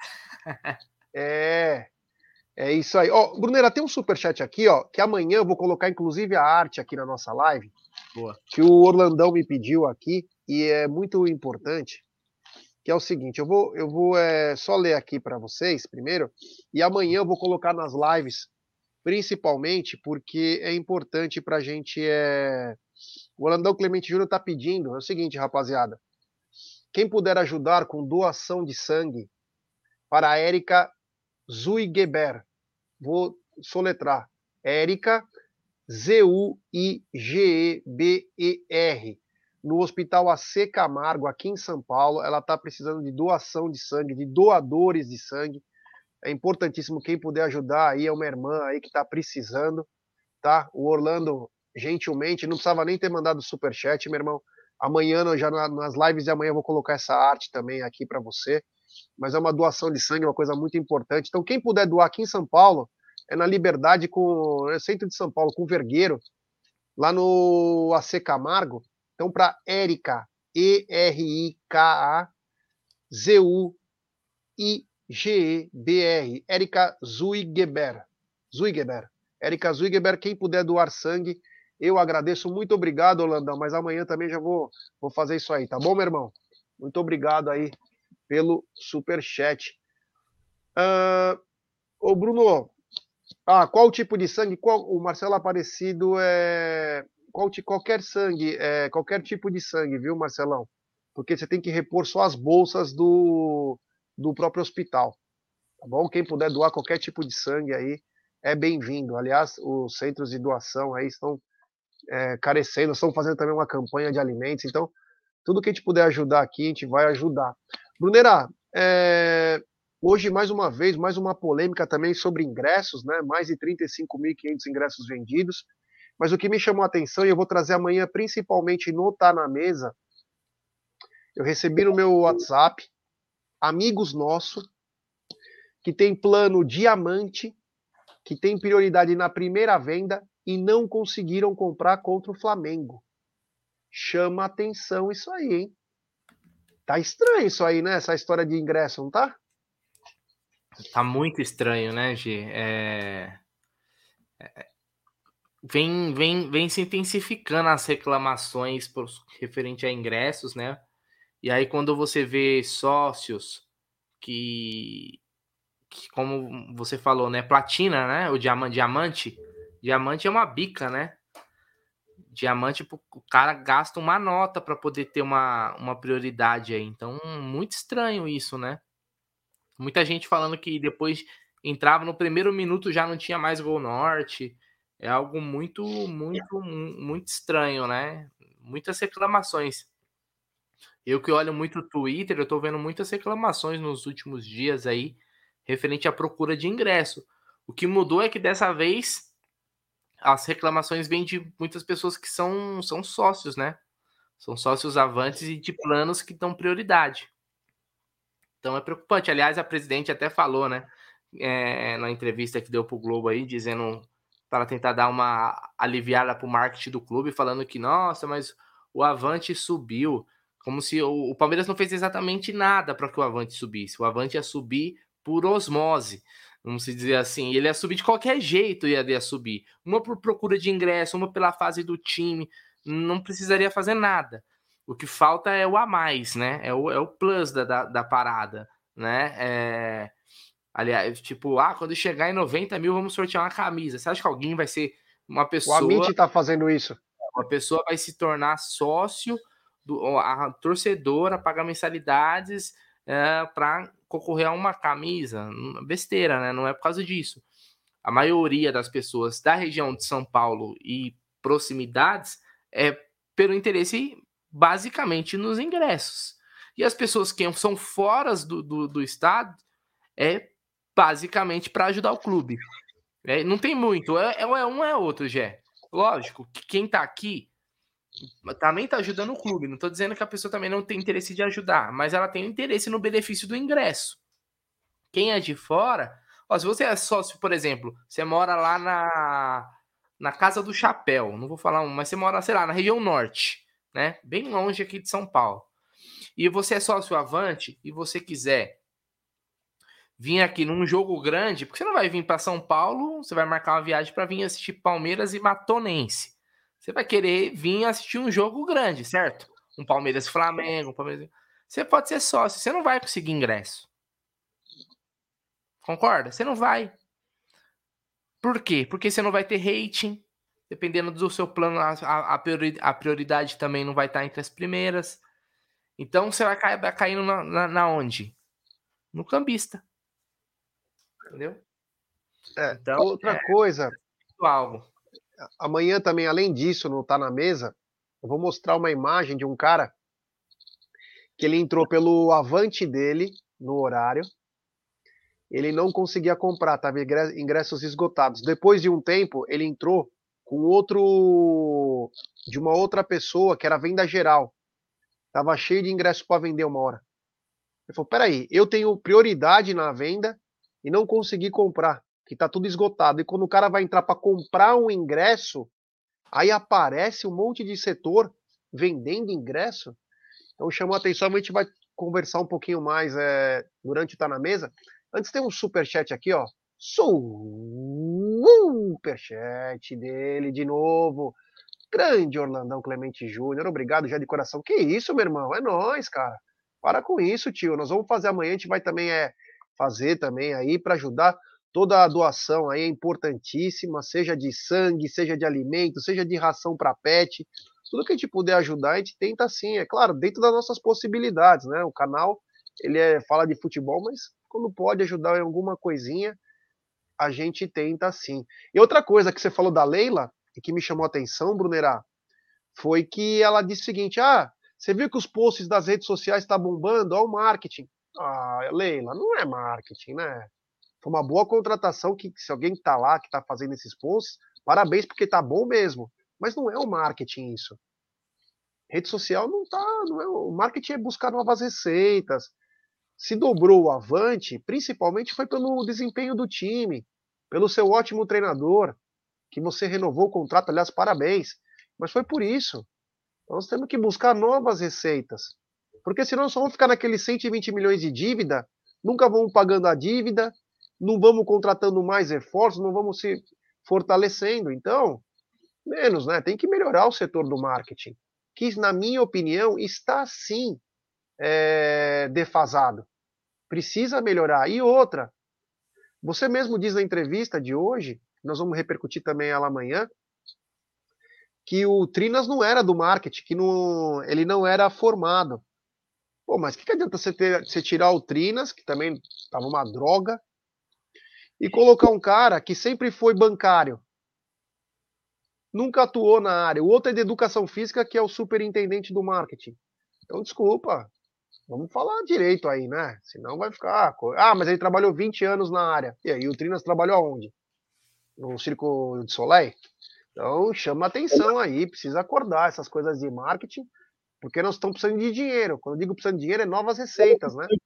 É, é isso aí. Ó, Brunera, tem um superchat aqui, ó, que amanhã eu vou colocar inclusive a arte aqui na nossa live. Boa. Que o Orlandão me pediu aqui e é muito importante. Que é o seguinte, eu vou, eu vou é, só ler aqui para vocês primeiro e amanhã eu vou colocar nas lives, principalmente porque é importante para a gente. É... O Orlandão Clemente Júnior está pedindo, é o seguinte, rapaziada, quem puder ajudar com doação de sangue para a Érica Zuigeber, vou soletrar, Érica Z U I G E B E R, no Hospital A C Camargo, aqui em São Paulo. Ela está precisando de doação de sangue, de doadores de sangue. É importantíssimo, quem puder ajudar aí, é uma irmã aí que está precisando, tá? O Orlando, gentilmente, não precisava nem ter mandado superchat, meu irmão. Amanhã, já nas lives de amanhã, eu vou colocar essa arte também aqui para você. Mas é uma doação de sangue, uma coisa muito importante. Então, quem puder doar aqui em São Paulo, é na Liberdade, com é centro de São Paulo, com o Vergueiro, lá no A C Camargo. Então, para Érica, E R I K A Z U I G E B R, Érica Zuigeber. Zuigeber. Érica Zuigeber, quem puder doar sangue, eu agradeço. Muito obrigado, Holandão, mas amanhã também já vou, vou fazer isso aí, tá bom, meu irmão? Muito obrigado aí pelo superchat. Uh, ô, Bruno, ah, qual tipo de sangue? Qual, o Marcelo Aparecido é... Qual, qualquer sangue, é, qualquer tipo de sangue, viu, Marcelão? Porque você tem que repor só as bolsas do, do próprio hospital, tá bom? Quem puder doar qualquer tipo de sangue aí é bem-vindo. Aliás, os centros de doação aí estão é, carecendo, estão fazendo também uma campanha de alimentos, então tudo que a gente puder ajudar aqui, a gente vai ajudar. Brunera, é, hoje mais uma vez, mais uma polêmica também sobre ingressos, né? Mais de trinta e cinco mil e quinhentos ingressos vendidos. Mas o que me chamou a atenção, e eu vou trazer amanhã principalmente no Tá Na Mesa, eu recebi no meu WhatsApp amigos nossos que tem plano diamante, que tem prioridade na primeira venda e não conseguiram comprar contra o Flamengo. Chama atenção isso aí, hein? Tá estranho isso aí, né? Essa história de ingresso, não tá? Tá muito estranho, né, G? É... é... Vem, vem, vem se intensificando as reclamações por, referente a ingressos, né? E aí quando você vê sócios que, que como você falou, né? Platina, né? O diamante, diamante, diamante é uma bica, né? Diamante, o cara gasta uma nota para poder ter uma, uma prioridade aí. Então, muito estranho isso, né? Muita gente falando que depois entrava no primeiro minuto já não tinha mais Gol Norte. é algo muito, muito, muito estranho, né? Muitas reclamações. Eu que olho muito o Twitter, eu tô vendo muitas reclamações nos últimos dias aí, referente à procura de ingresso. O que mudou é que dessa vez as reclamações vêm de muitas pessoas que são, são sócios, né? São sócios avantes e de planos que dão prioridade. Então é preocupante. Aliás, a presidente até falou, né? É, na entrevista que deu pro Globo aí, dizendo para tentar dar uma aliviada pro marketing do clube, falando que, nossa, mas o Avante subiu. Como se o, o Palmeiras não fez exatamente nada para que o Avante subisse. O Avante ia subir por osmose, vamos dizer assim. Ele ia subir de qualquer jeito, ia, ia subir. Uma por procura de ingresso, uma pela fase do time. Não precisaria fazer nada. O que falta é o a mais, né? É o, é o plus da, da, da parada, né? É... Aliás, tipo, ah, quando chegar em noventa mil, vamos sortear uma camisa. Você acha que alguém vai ser uma pessoa... O Amit tá fazendo isso. Uma pessoa vai se tornar sócio, do, a torcedora, pagar mensalidades é, para concorrer a uma camisa? Besteira, né? Não é por causa disso. A maioria das pessoas da região de São Paulo e proximidades é pelo interesse basicamente nos ingressos. E as pessoas que são fora do, do, do estado é basicamente para ajudar o clube. É, não tem muito, é, é um é outro, Gé. Lógico que quem tá aqui também tá ajudando o clube. Não tô dizendo que a pessoa também não tem interesse de ajudar, mas ela tem interesse no benefício do ingresso. Quem é de fora, ó, se você é sócio, por exemplo, você mora lá na, na Casa do Chapéu, não vou falar um, mas você mora, sei lá, na região norte, né? Bem longe aqui de São Paulo. E você é sócio Avante e você quiser vir aqui num jogo grande, porque você não vai vir para São Paulo, você vai marcar uma viagem para vir assistir Palmeiras e Matonense. Você vai querer vir assistir um jogo grande, certo? Um Palmeiras Flamengo, um Palmeiras... Você pode ser sócio, você não vai conseguir ingresso. Concorda? Você não vai. Por quê? Porque você não vai ter rating. Dependendo do seu plano, a, a prioridade também não vai estar entre as primeiras. Então você vai cair, vai caindo na, na, na onde? No cambista. Entendeu? É, então, outra é, coisa. Algo. Amanhã também, além disso, não tá na mesa, eu vou mostrar uma imagem de um cara que ele entrou pelo Avante dele no horário. Ele não conseguia comprar, tava ingressos esgotados. Depois de um tempo, ele entrou com outro de uma outra pessoa que era venda geral. Tava cheio de ingressos para vender uma hora. Ele falou: peraí, eu tenho prioridade na venda e não consegui comprar, que tá tudo esgotado. E quando o cara vai entrar para comprar um ingresso, aí aparece um monte de setor vendendo ingresso. Então chamou a atenção, a gente vai conversar um pouquinho mais é, durante o Tá Na Mesa. Antes tem um superchat aqui, ó. Superchat dele de novo. Grande Orlandão Clemente Júnior. Obrigado já de coração. Que isso, meu irmão? É nóis, cara. Para com isso, tio. Nós vamos fazer amanhã, a gente vai também é, fazer também aí para ajudar. Toda a doação aí é importantíssima, seja de sangue, seja de alimento, seja de ração para pet. Tudo que a gente puder ajudar, a gente tenta sim. É claro, dentro das nossas possibilidades, né? O canal, ele é, fala de futebol, mas quando pode ajudar em alguma coisinha, a gente tenta sim. E outra coisa que você falou da Leila, e que me chamou a atenção, Brunerá, foi que ela disse o seguinte: ah, você viu que os posts das redes sociais estão tá bombando? Olha o marketing. Ah, Leila, não é marketing, né? Foi uma boa contratação, que se alguém está lá, que está fazendo esses posts, parabéns, porque tá bom mesmo. Mas não é o marketing isso. Rede social não tá, não é, o marketing é buscar novas receitas. Se dobrou o Avante, principalmente foi pelo desempenho do time, pelo seu ótimo treinador, que você renovou o contrato, aliás, parabéns. Mas foi por isso. Nós temos que buscar novas receitas. Porque senão só vamos ficar naqueles cento e vinte milhões de dívida, nunca vamos pagando a dívida, não vamos contratando mais reforços, não vamos se fortalecendo. Então, menos, né? Tem que melhorar o setor do marketing, que, na minha opinião, está sim é, defasado. Precisa melhorar. E outra, você mesmo diz na entrevista de hoje, nós vamos repercutir também ela amanhã, que o Trinas não era do marketing, que não, ele não era formado. Pô, mas o que, que adianta você, ter, você tirar o Trinas, que também estava uma droga, e colocar um cara que sempre foi bancário? nunca atuou na área. O outro é de educação física, que é o superintendente do marketing. Então, desculpa, vamos falar direito aí, né? Senão vai ficar... Ah, mas ele trabalhou vinte anos na área. E aí, o Trinas trabalhou aonde? No Circo de Soleil? Então, chama atenção aí, precisa acordar essas coisas de marketing, porque nós estamos precisando de dinheiro. Quando eu digo precisando de dinheiro, é novas receitas, né?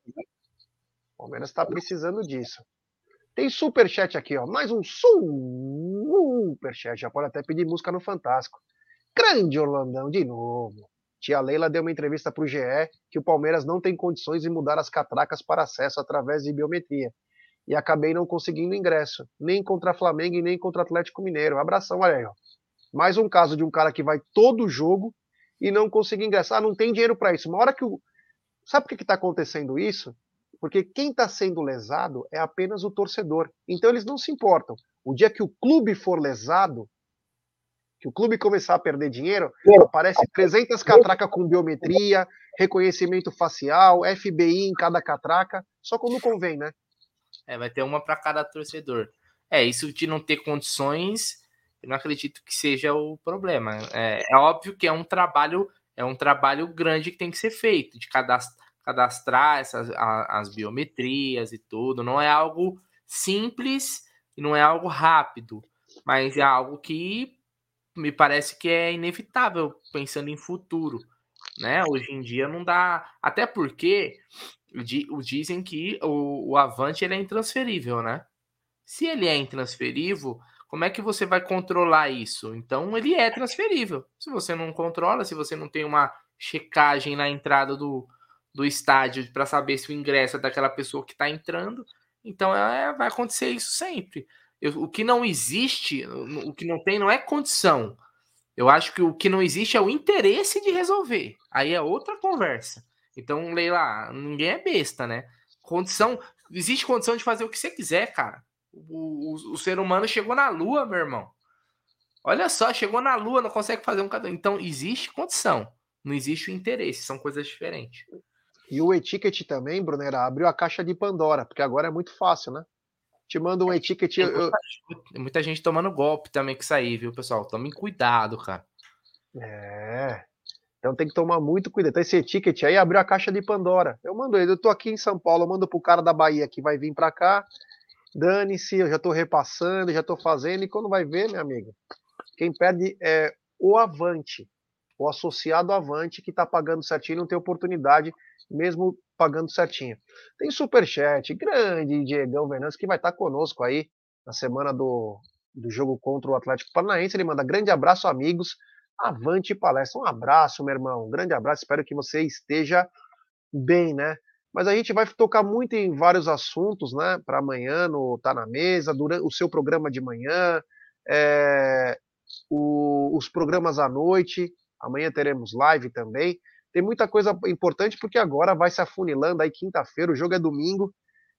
O Palmeiras está precisando disso. Tem superchat aqui, ó. Mais um superchat. Já pode até pedir música no Fantástico. Grande Orlandão de novo. Tia Leila deu uma entrevista para o G E que o Palmeiras não tem condições de mudar as catracas para acesso através de biometria. E acabei não conseguindo ingresso. Nem contra Flamengo e nem contra Atlético Mineiro. Abração, olha aí, ó. Mais um caso de um cara que vai todo jogo e não consegue ingressar. Ah, não tem dinheiro para isso. Uma hora que o... Sabe por que está acontecendo isso? Porque quem está sendo lesado é apenas o torcedor. Então eles não se importam. O dia que o clube for lesado, que o clube começar a perder dinheiro, aparece trezentas catracas com biometria, reconhecimento facial, F B I em cada catraca, só quando convém, né? É, vai ter uma para cada torcedor. É, isso de não ter condições, eu não acredito que seja o problema. É, é óbvio que é um trabalho, é um trabalho grande que tem que ser feito, de cadastrar, cadastrar essas, a, as biometrias e tudo. Não é algo simples e não é algo rápido, mas é algo que me parece que é inevitável pensando em futuro, né? Hoje em dia não dá, até porque dizem que o, o Avante ele é intransferível, né? Se ele é intransferível, como é que você vai controlar isso? Então ele é transferível. Se você não controla, se você não tem uma checagem na entrada do, do estádio para saber se o ingresso é daquela pessoa que está entrando, então é, vai acontecer isso sempre. Eu, o que não existe, o que não tem não é condição. Eu acho que o que não existe é o interesse de resolver. Aí é outra conversa. Então, Leila, ninguém é besta, né? Condição, existe condição de fazer o que você quiser, cara. O, o, o ser humano chegou na Lua, meu irmão. Olha só, chegou na Lua, não consegue fazer um cada. Então, existe condição. Não existe o interesse, são coisas diferentes. E o e-ticket também, Brunera, abriu a caixa de Pandora, porque agora é muito fácil, né? Te manda um e-ticket. Tem eu... muita, muita gente tomando golpe também com isso aí, viu, pessoal? Tomem cuidado, cara. É. Então tem que tomar muito cuidado. Então esse e-ticket aí abriu a caixa de Pandora. Eu mando ele, eu tô aqui em São Paulo, eu mando pro cara da Bahia que vai vir pra cá. Dane-se, eu já tô repassando, já tô fazendo, e quando vai ver, meu amigo, quem perde é o Avante, o associado Avante, que tá pagando certinho, não tem oportunidade, mesmo pagando certinho. Tem superchat, grande Diegão Venâncio, que vai estar conosco aí na semana do, do jogo contra o Atlético Paranaense. Ele manda grande abraço, amigos. Avante palestra. Um abraço, meu irmão. Um grande abraço. Espero que você esteja bem, né? Mas a gente vai tocar muito em vários assuntos, né? Para amanhã, no Tá na Mesa, durante o seu programa de manhã, é, o, os programas à noite. Amanhã teremos live também. Tem muita coisa importante, porque agora vai se afunilando aí quinta-feira, o jogo é domingo.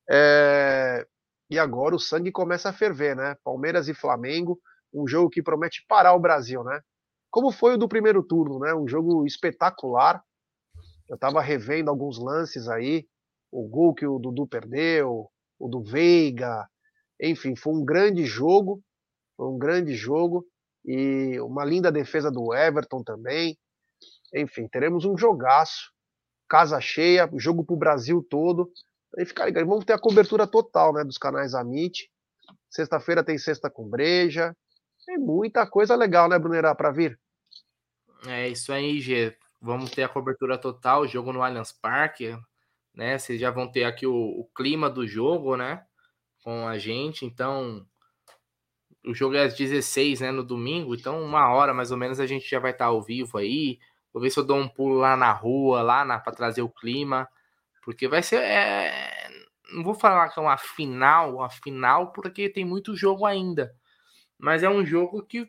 É, e agora o sangue começa a ferver, né? Palmeiras e Flamengo, um jogo que promete parar o Brasil, né? Como foi o do primeiro turno, né? Um jogo espetacular. Eu estava revendo alguns lances aí, o gol que o Dudu perdeu, o do Veiga, enfim, foi um grande jogo, foi um grande jogo, e uma linda defesa do Everton também. Enfim, teremos um jogaço, casa cheia, jogo pro Brasil todo. Aí ficar ligado, vamos ter a cobertura total, né, dos canais Amit. Sexta-feira tem Sexta com Breja. Tem muita coisa legal, né, Brunerá, para vir. É isso aí, Gê. Vamos ter a cobertura total, jogo no Allianz Parque, né? Vocês já vão ter aqui o, o clima do jogo, né? Com a gente. Então, o jogo é às dezesseis, né? No domingo. Então, uma hora mais ou menos a gente já vai estar ao vivo aí. Vou ver se eu dou um pulo lá na rua, lá na, para trazer o clima. Porque vai ser. É... Não vou falar que é uma final, uma final, porque tem muito jogo ainda. Mas é um jogo que,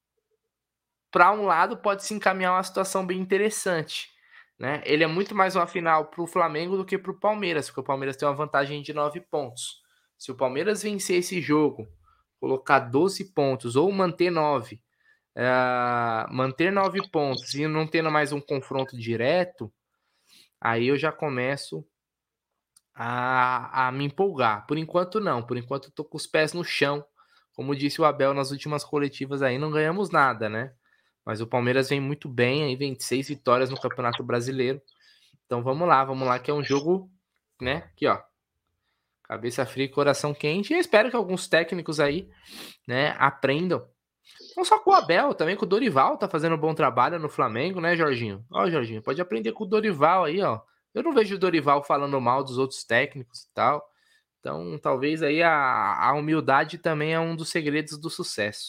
para um lado, pode se encaminhar uma situação bem interessante, né? Ele é muito mais uma final para o Flamengo do que para o Palmeiras, porque o Palmeiras tem uma vantagem de nove pontos. Se o Palmeiras vencer esse jogo, colocar doze pontos ou manter nove, é, manter nove pontos e não tendo mais um confronto direto, aí eu já começo a, a me empolgar. Por enquanto, não. Por enquanto, eu tô com os pés no chão como disse o Abel nas últimas coletivas aí, não ganhamos nada, né? Mas o Palmeiras vem muito bem, aí vem seis vitórias no Campeonato Brasileiro. Então vamos lá, vamos lá, que é um jogo, né? Aqui, ó. Cabeça fria e coração quente. E eu espero que alguns técnicos aí, né, aprendam. Não só com o Abel, também com o Dorival, tá fazendo um bom trabalho no Flamengo, né, Jorginho? Ó, Jorginho, pode aprender com o Dorival aí, ó. Eu não vejo o Dorival falando mal dos outros técnicos e tal. Então, talvez aí a, a humildade também é um dos segredos do sucesso.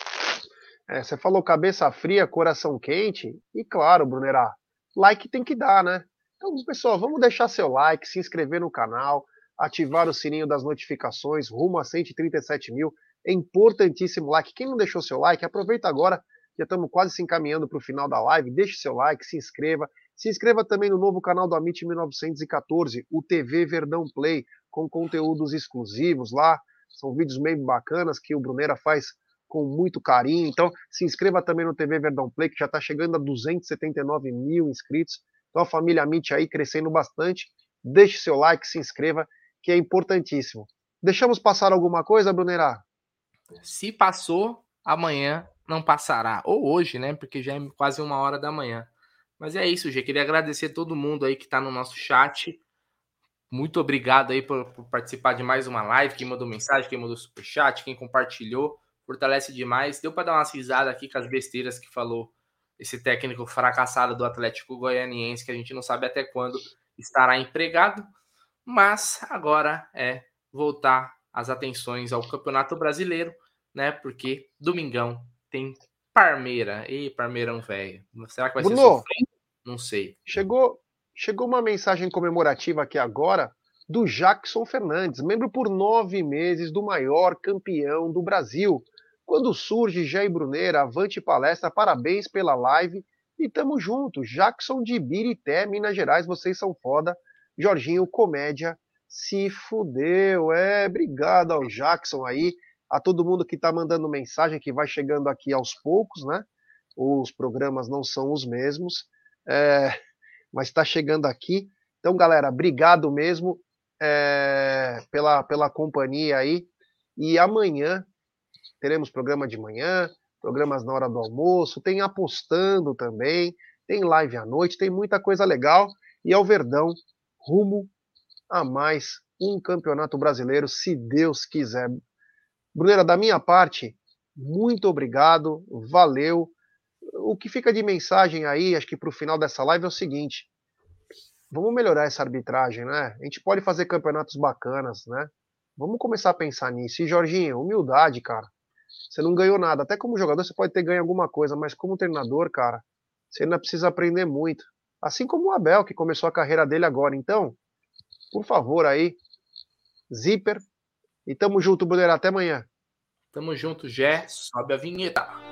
É, você falou cabeça fria, coração quente, e claro, Brunerá, like tem que dar, né? Então, pessoal, vamos deixar seu like, se inscrever no canal, ativar o sininho das notificações, rumo a cento e trinta e sete mil. É importantíssimo o like. Quem não deixou seu like, aproveita agora, já estamos quase se encaminhando para o final da live, deixe seu like, se inscreva. Se inscreva também no novo canal do Amit mil novecentos e quatorze, o T V Verdão Play, com conteúdos exclusivos lá. São vídeos meio bacanas que o Brunera faz com muito carinho. Então, se inscreva também no T V Verdão Play, que já está chegando a duzentos e setenta e nove mil inscritos. Então, a família Amit aí crescendo bastante. Deixe seu like, se inscreva, que é importantíssimo. Deixamos passar alguma coisa, Brunera? Se passou, amanhã não passará. Ou hoje, né? Porque já é quase uma hora da manhã. Mas é isso, Gê. Queria agradecer todo mundo aí que está no nosso chat. Muito obrigado aí por, por participar de mais uma live. Quem mandou mensagem, quem mandou superchat, quem compartilhou. Fortalece demais. Deu para dar uma risada aqui com as besteiras que falou esse técnico fracassado do Atlético Goianiense, que a gente não sabe até quando estará empregado. Mas agora é voltar as atenções ao Campeonato Brasileiro, né? Porque domingão tem Parmeira. Ih, Parmeirão velho. Será que vai Bruno, ser sofrido? Não sei. Chegou, chegou uma mensagem comemorativa aqui agora do Jackson Fernandes, membro por nove meses do maior campeão do Brasil. Quando surge Jair Brunera, avante palestra, parabéns pela live e tamo junto. Jackson de Ibirité, Minas Gerais, vocês são foda. Jorginho, comédia, se fudeu. É, obrigado ao Jackson aí, a todo mundo que tá mandando mensagem, que vai chegando aqui aos poucos, né? Os programas não são os mesmos, é, mas está chegando aqui. Então, galera, obrigado mesmo é, pela, pela companhia aí. E amanhã teremos programa de manhã, programas na hora do almoço, tem apostando também, tem live à noite, tem muita coisa legal. E ao Verdão, rumo a mais um campeonato brasileiro, se Deus quiser. Brunera, da minha parte, muito obrigado, valeu. O que fica de mensagem aí, acho que para o final dessa live é o seguinte: vamos melhorar essa arbitragem, né? A gente pode fazer campeonatos bacanas, né? Vamos começar a pensar nisso. E Jorginho, humildade, cara. Você não ganhou nada. Até como jogador você pode ter ganho alguma coisa, mas como treinador, cara, você ainda precisa aprender muito. Assim como o Abel, que começou a carreira dele agora. Então, por favor aí, zíper. E tamo junto, Brunera. Até amanhã. Tamo junto, Gé. Sobe a vinheta.